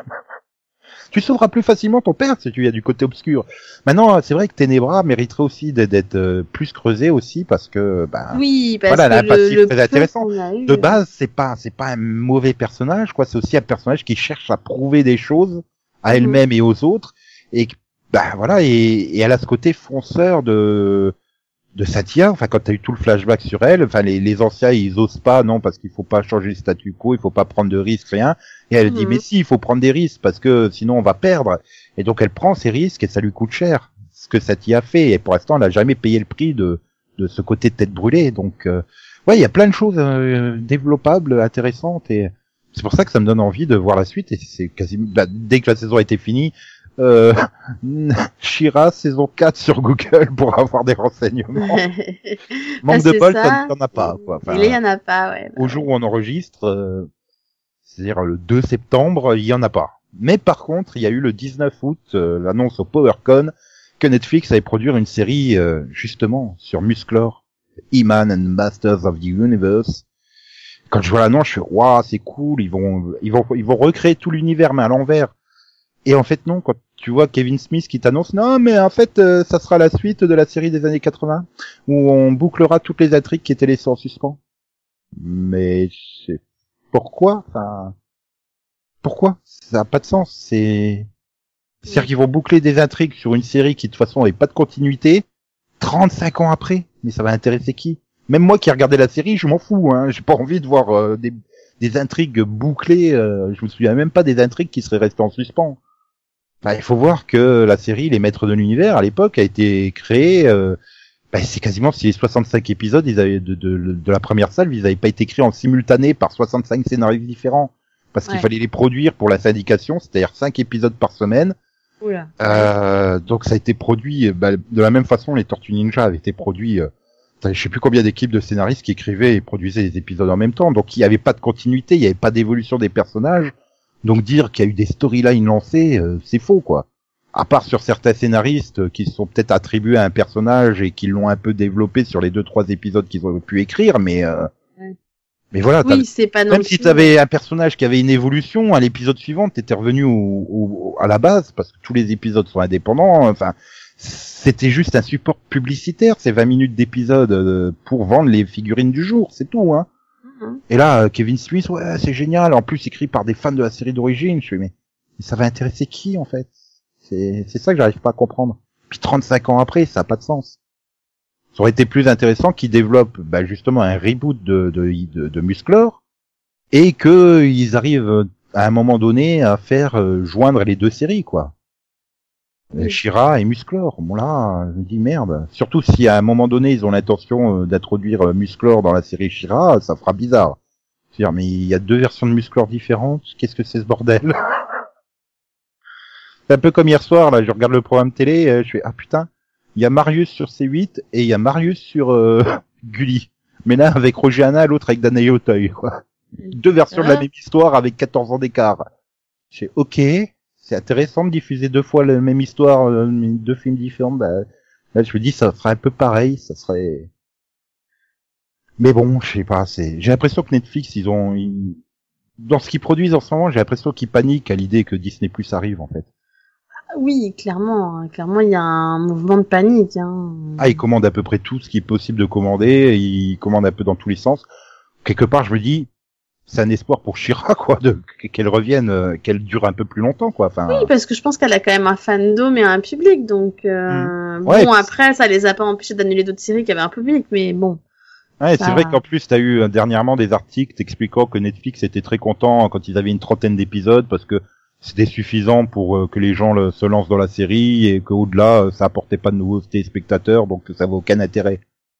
Tu sauveras plus facilement ton père si tu viens du côté obscur. Maintenant, c'est vrai que Ténébra mériterait aussi d'être euh, plus creusé aussi parce que, ben, oui, parce voilà, que elle a un le, passif le très intéressant. Eu, de base, c'est pas, c'est pas un mauvais personnage, quoi. C'est aussi un personnage qui cherche à prouver des choses à mm-hmm. elle-même et aux autres. Et, ben, voilà, et, et elle a ce côté fonceur de, de Satya. Enfin, quand t'as eu tout le flashback sur elle, enfin, les, les anciens, ils osent pas, non, parce qu'il faut pas changer le statu quo, il faut pas prendre de risques, rien. Et elle mmh. dit, mais si, il faut prendre des risques, parce que sinon on va perdre. Et donc elle prend ces risques et ça lui coûte cher. Ce que Satya a fait. Et pour l'instant, elle a jamais payé le prix de, de ce côté de tête brûlée. Donc, euh, ouais, il y a plein de choses euh, développables, intéressantes. Et c'est pour ça que ça me donne envie de voir la suite. Et c'est quasiment, bah, dès que la saison a été finie, euh, She-Ra saison quatre sur Google pour avoir des renseignements. Manque ah, de bol, ça il n'y en a pas, quoi. Enfin, il y en a pas, ouais. Bah, au jour où on enregistre, euh, c'est-à-dire le deux septembre, il y en a pas. Mais par contre, il y a eu le dix-neuf août, euh, l'annonce au PowerCon que Netflix allait produire une série, euh, justement, sur Musclor, He-Man and Masters of the Universe. Quand je vois l'annonce, je fais, waouh, c'est cool, ils vont, ils vont, ils vont recréer tout l'univers, mais à l'envers. Et en fait, non, quand tu vois Kevin Smith qui t'annonce, non, mais en fait, euh, ça sera la suite de la série des années quatre-vingts, où on bouclera toutes les intrigues qui étaient laissées en suspens. Mais, c'est, pourquoi, enfin, pourquoi? Ça n'a pas de sens, c'est, c'est-à-dire qu'ils vont boucler des intrigues sur une série qui, de toute façon, n'avait pas de continuité, trente-cinq ans après. Mais ça va intéresser qui? Même moi qui regardais la série, je m'en fous, hein, j'ai pas envie de voir, euh, des, des intrigues bouclées, euh, je me souviens même pas des intrigues qui seraient restées en suspens. Enfin, il faut voir que la série Les Maîtres de l'Univers, à l'époque, a été créée, euh, bah, c'est quasiment si les soixante-cinq épisodes ils avaient de, de, de la première salve, ils n'avaient pas été créés en simultané par soixante-cinq scénaristes différents. Parce ouais. qu'il fallait les produire pour la syndication, c'est-à-dire cinq épisodes par semaine. Oula. Euh, donc ça a été produit, bah, de la même façon, les Tortues Ninja avaient été produits euh, je sais plus combien d'équipes de scénaristes qui écrivaient et produisaient les épisodes en même temps. Donc il y avait pas de continuité, il y avait pas d'évolution des personnages. Donc dire qu'il y a eu des storylines lancées, euh, c'est faux, quoi. À part sur certains scénaristes qui sont peut-être attribués à un personnage et qui l'ont un peu développé sur les deux trois épisodes qu'ils ont pu écrire, mais euh, ouais. mais voilà. Oui, c'est pas non même si t'avais un personnage qui avait une évolution, à l'épisode suivant, t'étais revenu au, au, à la base parce que tous les épisodes sont indépendants. Enfin, c'était juste un support publicitaire, ces vingt minutes d'épisode euh, pour vendre les figurines du jour, c'est tout, hein. Mm-hmm. Et là, Kevin Smith, ouais, c'est génial. En plus, écrit par des fans de la série d'origine. Je fais mais, mais ça va intéresser qui en fait? C'est, c'est ça que j'arrive pas à comprendre. Puis trente-cinq ans après, ça a pas de sens. Ça aurait été plus intéressant qu'ils développent, bah, justement un reboot de, de, de, de Musclor et que ils arrivent à un moment donné à faire euh, joindre les deux séries, quoi. Oui. She-Ra et Musclor. Bon là, je me dis merde. Surtout si à un moment donné ils ont l'intention d'introduire Musclor dans la série She-Ra, ça fera bizarre. C'est-à-dire, mais il y a deux versions de Musclor différentes. Qu'est-ce que c'est ce bordel? C'est un peu comme hier soir, là, je regarde le programme télé, euh, je fais, ah putain, il y a Marius sur C huit et il y a Marius sur euh, Gulli. Mais là, avec Roger Hanna, l'autre avec Danae Auteuil, quoi. Deux versions ah. de la même histoire avec quatorze ans d'écart. Je fais, ok, c'est intéressant de diffuser deux fois la même histoire, euh, deux films différents. Bah, là, je me dis, ça serait un peu pareil, ça serait... Mais bon, je sais pas, c'est... J'ai l'impression que Netflix, ils ont... Ils... Dans ce qu'ils produisent en ce moment, j'ai l'impression qu'ils paniquent à l'idée que Disney Plus arrive, en fait. Oui, clairement, clairement, il y a un mouvement de panique. Hein. Ah, ils commandent à peu près tout ce qui est possible de commander, ils commandent un peu dans tous les sens. Quelque part, je me dis, c'est un espoir pour She-Ra, quoi, de qu'elle revienne, qu'elle dure un peu plus longtemps, quoi. Enfin. Oui, parce que je pense qu'elle a quand même un fandom et un public, donc euh, mmh. bon, ouais, après, ça les a pas empêchés d'annuler d'autres séries qui avaient un public, mais bon. Ouais, ça... c'est vrai qu'en plus, t'as eu dernièrement des articles t'expliquant que Netflix était très content quand ils avaient une trentaine d'épisodes parce que c'était suffisant pour euh, que les gens le, se lancent dans la série et qu'au-delà, euh, ça apportait pas de nouveaux téléspectateurs, donc ça vaut aucun intérêt.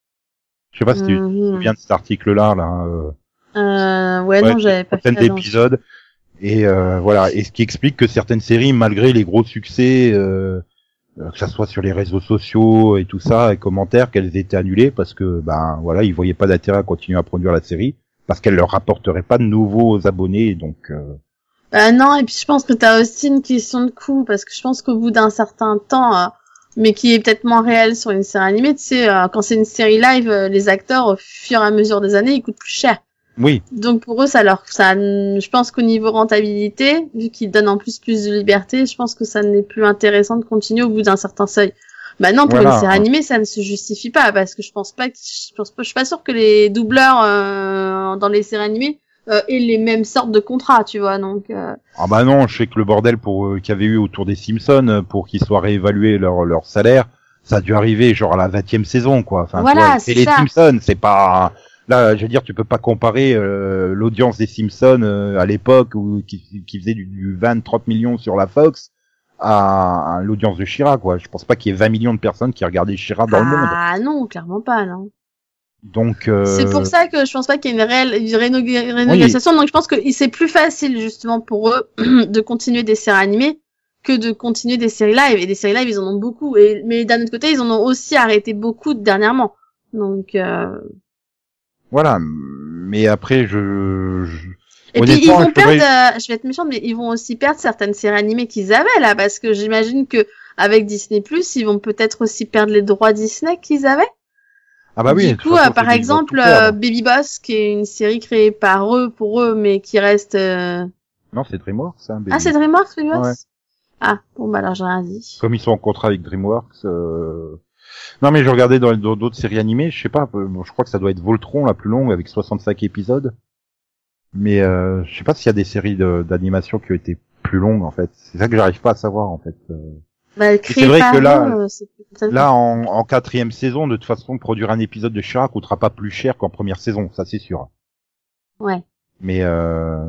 Je sais pas si tu te mmh. souviens de cet article-là, là. Euh, euh ouais, ouais, non, j'avais pas fait d'épisodes. Et euh, voilà, et ce qui explique que certaines séries, malgré les gros succès, euh, que ça soit sur les réseaux sociaux et tout ça, et commentaires, qu'elles étaient annulées parce que, ben voilà, ils voyaient pas d'intérêt à continuer à produire la série parce qu'elle leur rapporterait pas de nouveaux abonnés, donc. Euh, Euh, non, et puis je pense que t'as aussi une question de coût, parce que je pense qu'au bout d'un certain temps, euh, mais qui est peut-être moins réel sur une série animée, tu sais, euh, quand c'est une série live, euh, les acteurs, au fur et à mesure des années, ils coûtent plus cher. Oui. Donc pour eux, ça leur, ça, je pense qu'au niveau rentabilité, vu qu'ils donnent en plus plus de liberté, je pense que ça n'est plus intéressant de continuer au bout d'un certain seuil. Maintenant, pour voilà. une série animée, ça ne se justifie pas, parce que je pense pas que, je pense pas, je suis pas sûre que les doubleurs euh, dans les séries animées Euh, et les mêmes sortes de contrats, tu vois, donc. Euh... Ah bah non, je sais que le bordel pour euh, qu'il y avait eu autour des Simpsons pour qu'ils soient réévalués leur leur salaire, ça a dû arriver genre à la vingtième saison, quoi. Enfin, voilà, c'est les Simpsons, c'est pas là, je veux dire, tu peux pas comparer euh, l'audience des Simpsons euh, à l'époque où qui, qui faisait du, du vingt trente millions sur la Fox à, à l'audience de She-Ra, quoi. Je pense pas qu'il y ait vingt millions de personnes qui regardaient She-Ra dans ah, le monde. Ah non, clairement pas, non. Donc euh... c'est pour ça que je pense pas qu'il y ait une réelle une réno- rénégociation. Oui. Donc je pense que c'est plus facile justement pour eux de continuer des séries animées que de continuer des séries live. Et des séries live, ils en ont beaucoup. Et mais d'un autre côté, ils en ont aussi arrêté beaucoup dernièrement. Donc euh... voilà. Mais après, je. je... Et puis ils vont je perdre. Pourrais... Je vais être méchante, mais ils vont aussi perdre certaines séries animées qu'ils avaient là, parce que j'imagine que avec Disney Plus, ils vont peut-être aussi perdre les droits Disney qu'ils avaient. Ah bah oui. Du coup, euh, par exemple, euh, Baby Boss, qui est une série créée par eux, pour eux, mais qui reste... Euh... Non, c'est DreamWorks, hein, Baby. Ah, c'est DreamWorks, Baby Boss? Ouais. Ah, bon, bah alors j'ai rien dit. Comme ils sont en contrat avec DreamWorks... Euh... Non, mais je regardais dans d'autres séries animées, je sais pas, bon, je crois que ça doit être Voltron, la plus longue, avec soixante-cinq épisodes. Mais euh, je sais pas s'il y a des séries de, d'animation qui ont été plus longues, en fait. C'est ça que j'arrive pas à savoir, en fait. Bah, c'est vrai que là, eux, là en, en quatrième saison, de toute façon, produire un épisode de She-Ra coûtera pas plus cher qu'en première saison, ça c'est sûr. Ouais. Mais euh...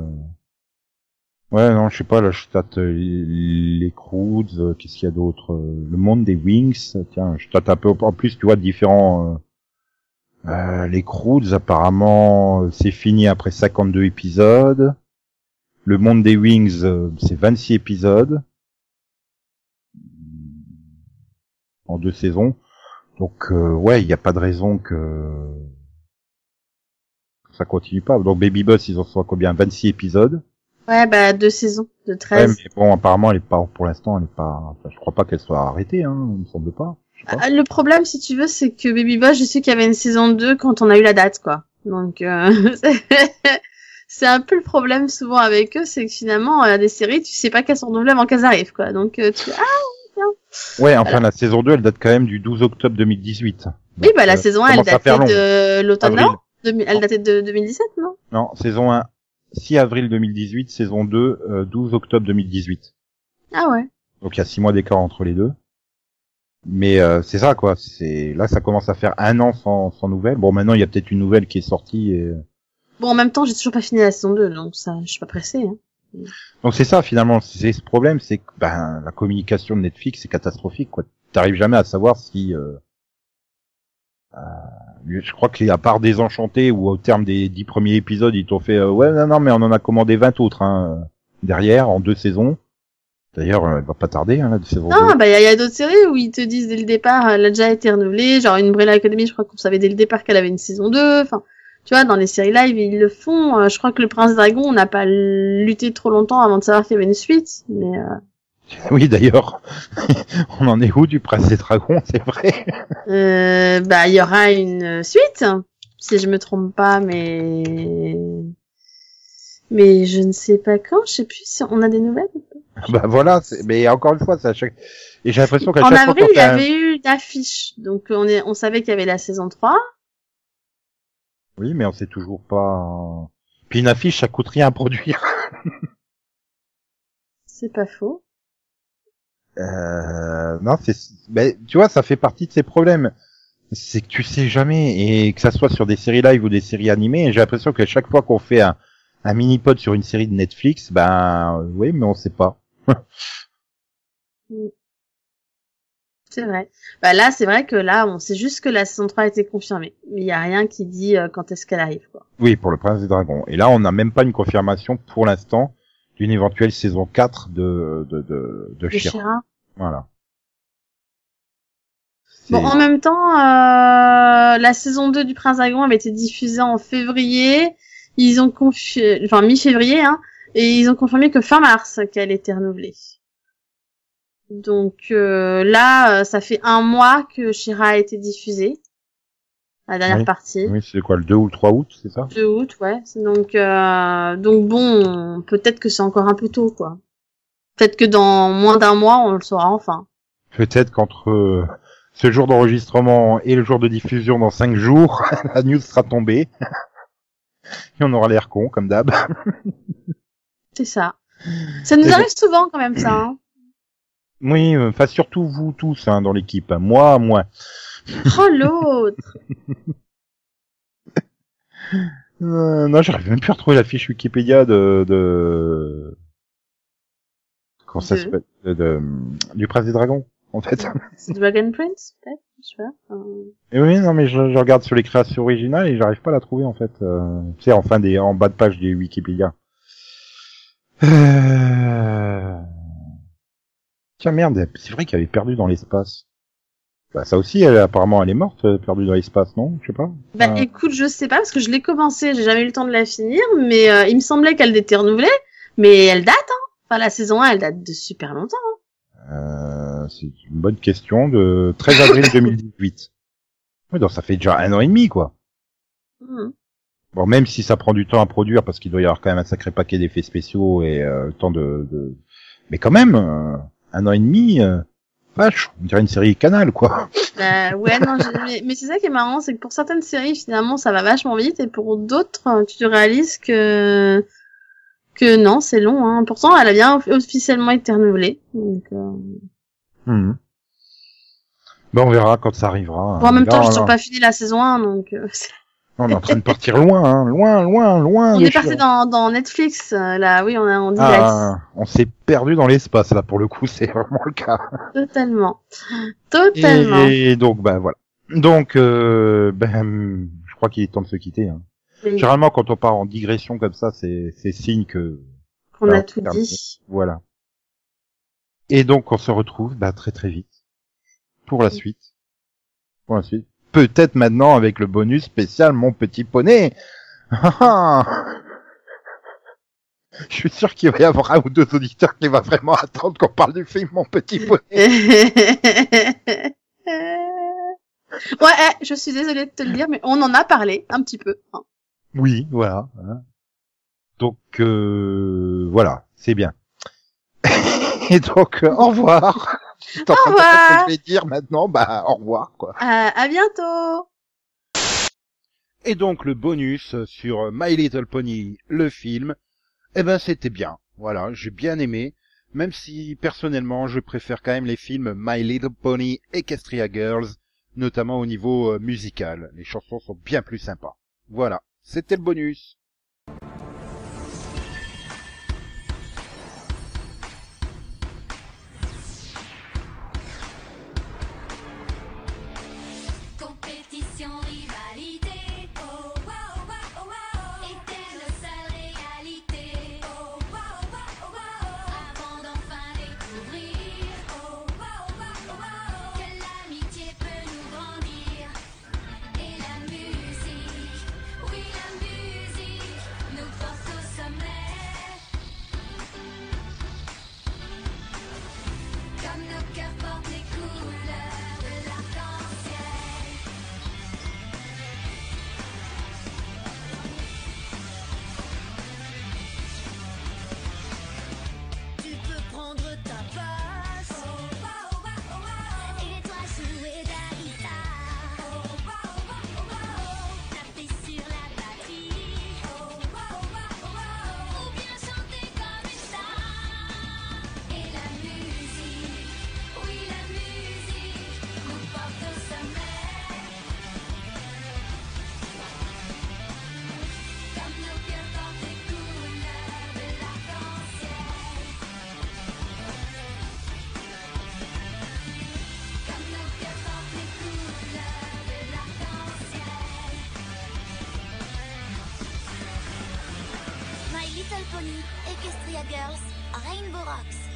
ouais, non, je sais pas, là je tâte euh, les Croods, euh, qu'est-ce qu'il y a d'autre, euh, le monde des Wings, tiens, je tâte un peu en plus, tu vois, différents. Euh, euh, les Croods, apparemment, c'est fini après cinquante-deux épisodes. Le monde des Wings, euh, c'est vingt-six épisodes. En deux saisons. Donc euh, ouais, il n'y a pas de raison que ça continue pas. Donc Baby Boss, ils en sont à combien? vingt-six épisodes. Ouais, bah deux saisons de treize. Ouais, mais bon, apparemment, elle est pas, pour l'instant, elle est pas. Enfin, je crois pas qu'elle soit arrêtée, hein. Il me semble pas. Je sais pas. Le problème, si tu veux, c'est que Baby Boss, je sais qu'il y avait une saison deux quand on a eu la date, quoi. Donc euh... c'est un peu le problème souvent avec eux, c'est que finalement, il y a des séries, tu sais pas qu'elles sont renouvelées avant qu'elles arrivent, quoi. Donc euh, tu ah tiens. Ouais, enfin voilà. La saison deux, elle date quand même du douze octobre deux mille dix-huit. Donc, oui, bah la euh, saison un, elle datait de l'automne, non? Avril. Elle datait de deux mille dix-sept, non? Non, saison un, six avril deux mille dix-huit, saison deux, euh, douze octobre deux mille dix-huit. Ah ouais. Donc il y a six mois d'écart entre les deux. Mais euh, c'est ça, quoi. C'est là, ça commence à faire un an sans, sans nouvelles. Bon, maintenant, il y a peut-être une nouvelle qui est sortie. Et... Bon, en même temps, j'ai toujours pas fini la saison deux, donc ça, je suis pas pressée. Hein. Donc c'est ça, finalement. C'est ce problème, c'est que ben la communication de Netflix est catastrophique, quoi. T'arrives jamais à savoir si. Euh, euh, je crois que à part Désenchanté, où au terme des dix premiers épisodes, ils t'ont fait euh, ouais, non, non, mais on en a commandé vingt autres hein, derrière en deux saisons. D'ailleurs, elle va pas tarder, hein, la saison deux. Non, bah, il y a, y a d'autres séries où ils te disent dès le départ, elle a déjà été renouvelée. Genre, une Umbrella Academy, je crois qu'on savait dès le départ qu'elle avait une saison deux. Enfin, tu vois, dans les séries live, ils le font. Je crois que le Prince Dragon, on n'a pas lutté trop longtemps avant de savoir qu'il y avait une suite. Mais, euh... oui, d'ailleurs, on en est où du Prince des Dragons, c'est vrai? Euh, bah, il y aura une suite, si je me trompe pas, mais, mais je ne sais pas quand. Je sais plus si on a des nouvelles. Bah voilà, c'est... mais encore une fois, c'est à chaque... et j'ai l'impression qu'à chaque fois. En avril, il y un... avait eu une affiche, donc on est, on savait qu'il y avait la saison trois. Oui, mais on sait toujours pas. Puis une affiche, ça coûte rien à produire. C'est pas faux. Euh, non, c'est, ben, tu vois, ça fait partie de ces problèmes. C'est que tu sais jamais, et que ça soit sur des séries live ou des séries animées, j'ai l'impression qu'à chaque fois qu'on fait un, un mini-pod sur une série de Netflix, ben, euh, oui, mais on sait pas. C'est vrai. Bah là, c'est vrai que là, on sait juste que la saison trois a été confirmée. Mais il y a rien qui dit euh, quand est-ce qu'elle arrive, quoi. Oui, pour le Prince des Dragons. Et là, on n'a même pas une confirmation pour l'instant d'une éventuelle saison quatre de, de, de, de She-Ra. Voilà. C'est... Bon, en même temps, euh, la saison deux du Prince Dragon avait été diffusée en février. Ils ont confi... enfin, mi-février, hein. Et ils ont confirmé que fin mars qu'elle était renouvelée. Donc euh, là, ça fait un mois que She-Ra a été diffusée, la dernière oui. partie. Oui, c'est quoi, le deux ou le trois août, c'est ça? deux août, ouais. C'est donc euh, donc bon, peut-être que c'est encore un peu tôt, quoi. Peut-être que dans moins d'un mois, on le saura enfin. Peut-être qu'entre euh, ce jour d'enregistrement et le jour de diffusion dans cinq jours, la news sera tombée. Et on aura l'air con, comme d'hab. C'est ça. Ça nous et arrive bon. souvent, quand même, ça, hein. Oui, enfin, surtout vous tous, hein, dans l'équipe. Moi, moi. Oh, l'autre. euh, non, j'arrive même plus à retrouver la fiche Wikipédia de, de... Comment ça s'appelle? De, de, du Prince des Dragons, en fait. C'est Dragon Prince, peut-être? Je sais pas. Enfin... Et oui, non, mais je, je regarde sur les créations originales et j'arrive pas à la trouver, en fait. Euh, tu sais, en fin des, en bas de page des Wikipédia. Euh... Tiens, merde, c'est vrai qu'elle avait perdu dans l'espace. Bah, ça aussi, elle, apparemment, elle est morte, perdue dans l'espace, non? Je sais pas. Bah, euh... écoute, je sais pas, parce que je l'ai commencé, j'ai jamais eu le temps de la finir, mais euh, il me semblait qu'elle était renouvelée, mais elle date, hein. Enfin, la saison un, elle date de super longtemps, hein. Euh, c'est une bonne question, de treize avril deux mille dix-huit. Oui, donc ça fait déjà un an et demi, quoi. Mmh. Bon, même si ça prend du temps à produire, parce qu'il doit y avoir quand même un sacré paquet d'effets spéciaux et euh, le temps de, de... Mais quand même, euh, un an et demi... Euh... Vache, on dirait une série Canal, quoi. Euh, ouais, non, mais, mais c'est ça qui est marrant, c'est que pour certaines séries, finalement, ça va vachement vite, et pour d'autres, tu te réalises que que non, c'est long, hein. Pourtant, elle a bien officiellement été renouvelée. Donc, euh... mmh. Ben, on verra quand ça arrivera. Bon, en même là, temps, j'ai toujours pas fini la saison un, donc... Euh... On est en train de partir loin, hein, loin, loin, loin. On est parti dans, dans Netflix, là, oui, on a, on dit ah, on s'est perdu dans l'espace, là, pour le coup, c'est vraiment le cas. Totalement. Totalement. Et, et donc, ben, voilà. Donc, euh, ben, je crois qu'il est temps de se quitter, hein. Oui. Généralement, quand on part en digression comme ça, c'est, c'est signe que... Qu'on ben, a tout dit. Voilà. Et donc, on se retrouve, bah, très très vite. Pour la oui. suite. pour la suite. Peut-être maintenant avec le bonus spécial Mon Petit Poney. Je suis sûr qu'il va y avoir un ou deux auditeurs qui va vraiment attendre qu'on parle du film Mon Petit Poney. Ouais, je suis désolée de te le dire, mais on en a parlé un petit peu. Hein. Oui, voilà. Donc euh, voilà, c'est bien. Et donc euh, au revoir. Au revoir. Je vais dire maintenant, bah au revoir quoi. Euh, à bientôt. Et donc le bonus sur My Little Pony, le film, eh ben c'était bien. Voilà, j'ai bien aimé, même si personnellement je préfère quand même les films My Little Pony Equestria Girls, notamment au niveau euh, musical. Les chansons sont bien plus sympas. Voilà, c'était le bonus. Compétition, rivalité, oh wow, wow, wow, wow. Était le seule réalité, oh wow, wow, wow. Avant d'enfin découvrir, oh wow, wow, wow. Que l'amitié peut nous grandir. Et la musique, oui la musique, nous porte au sommet. Comme nos cœurs portent les couleurs de l'arc-en-ciel. Tu peux prendre ta place, oh, wow, wow, wow. Et toi jouer de la guitare, oh, wow, wow, wow. Taper sur la batterie, oh, wow, wow, wow. Ou bien chanter comme une star. Et la musique, oui la musique, nous porte au sommet. Comme nos cœurs portent les couleurs de l'arc-en-ciel. Comme nos cœurs portent les couleurs de l'arc-en-ciel. My Little Pony, Equestria Girls, Rainbow Rocks.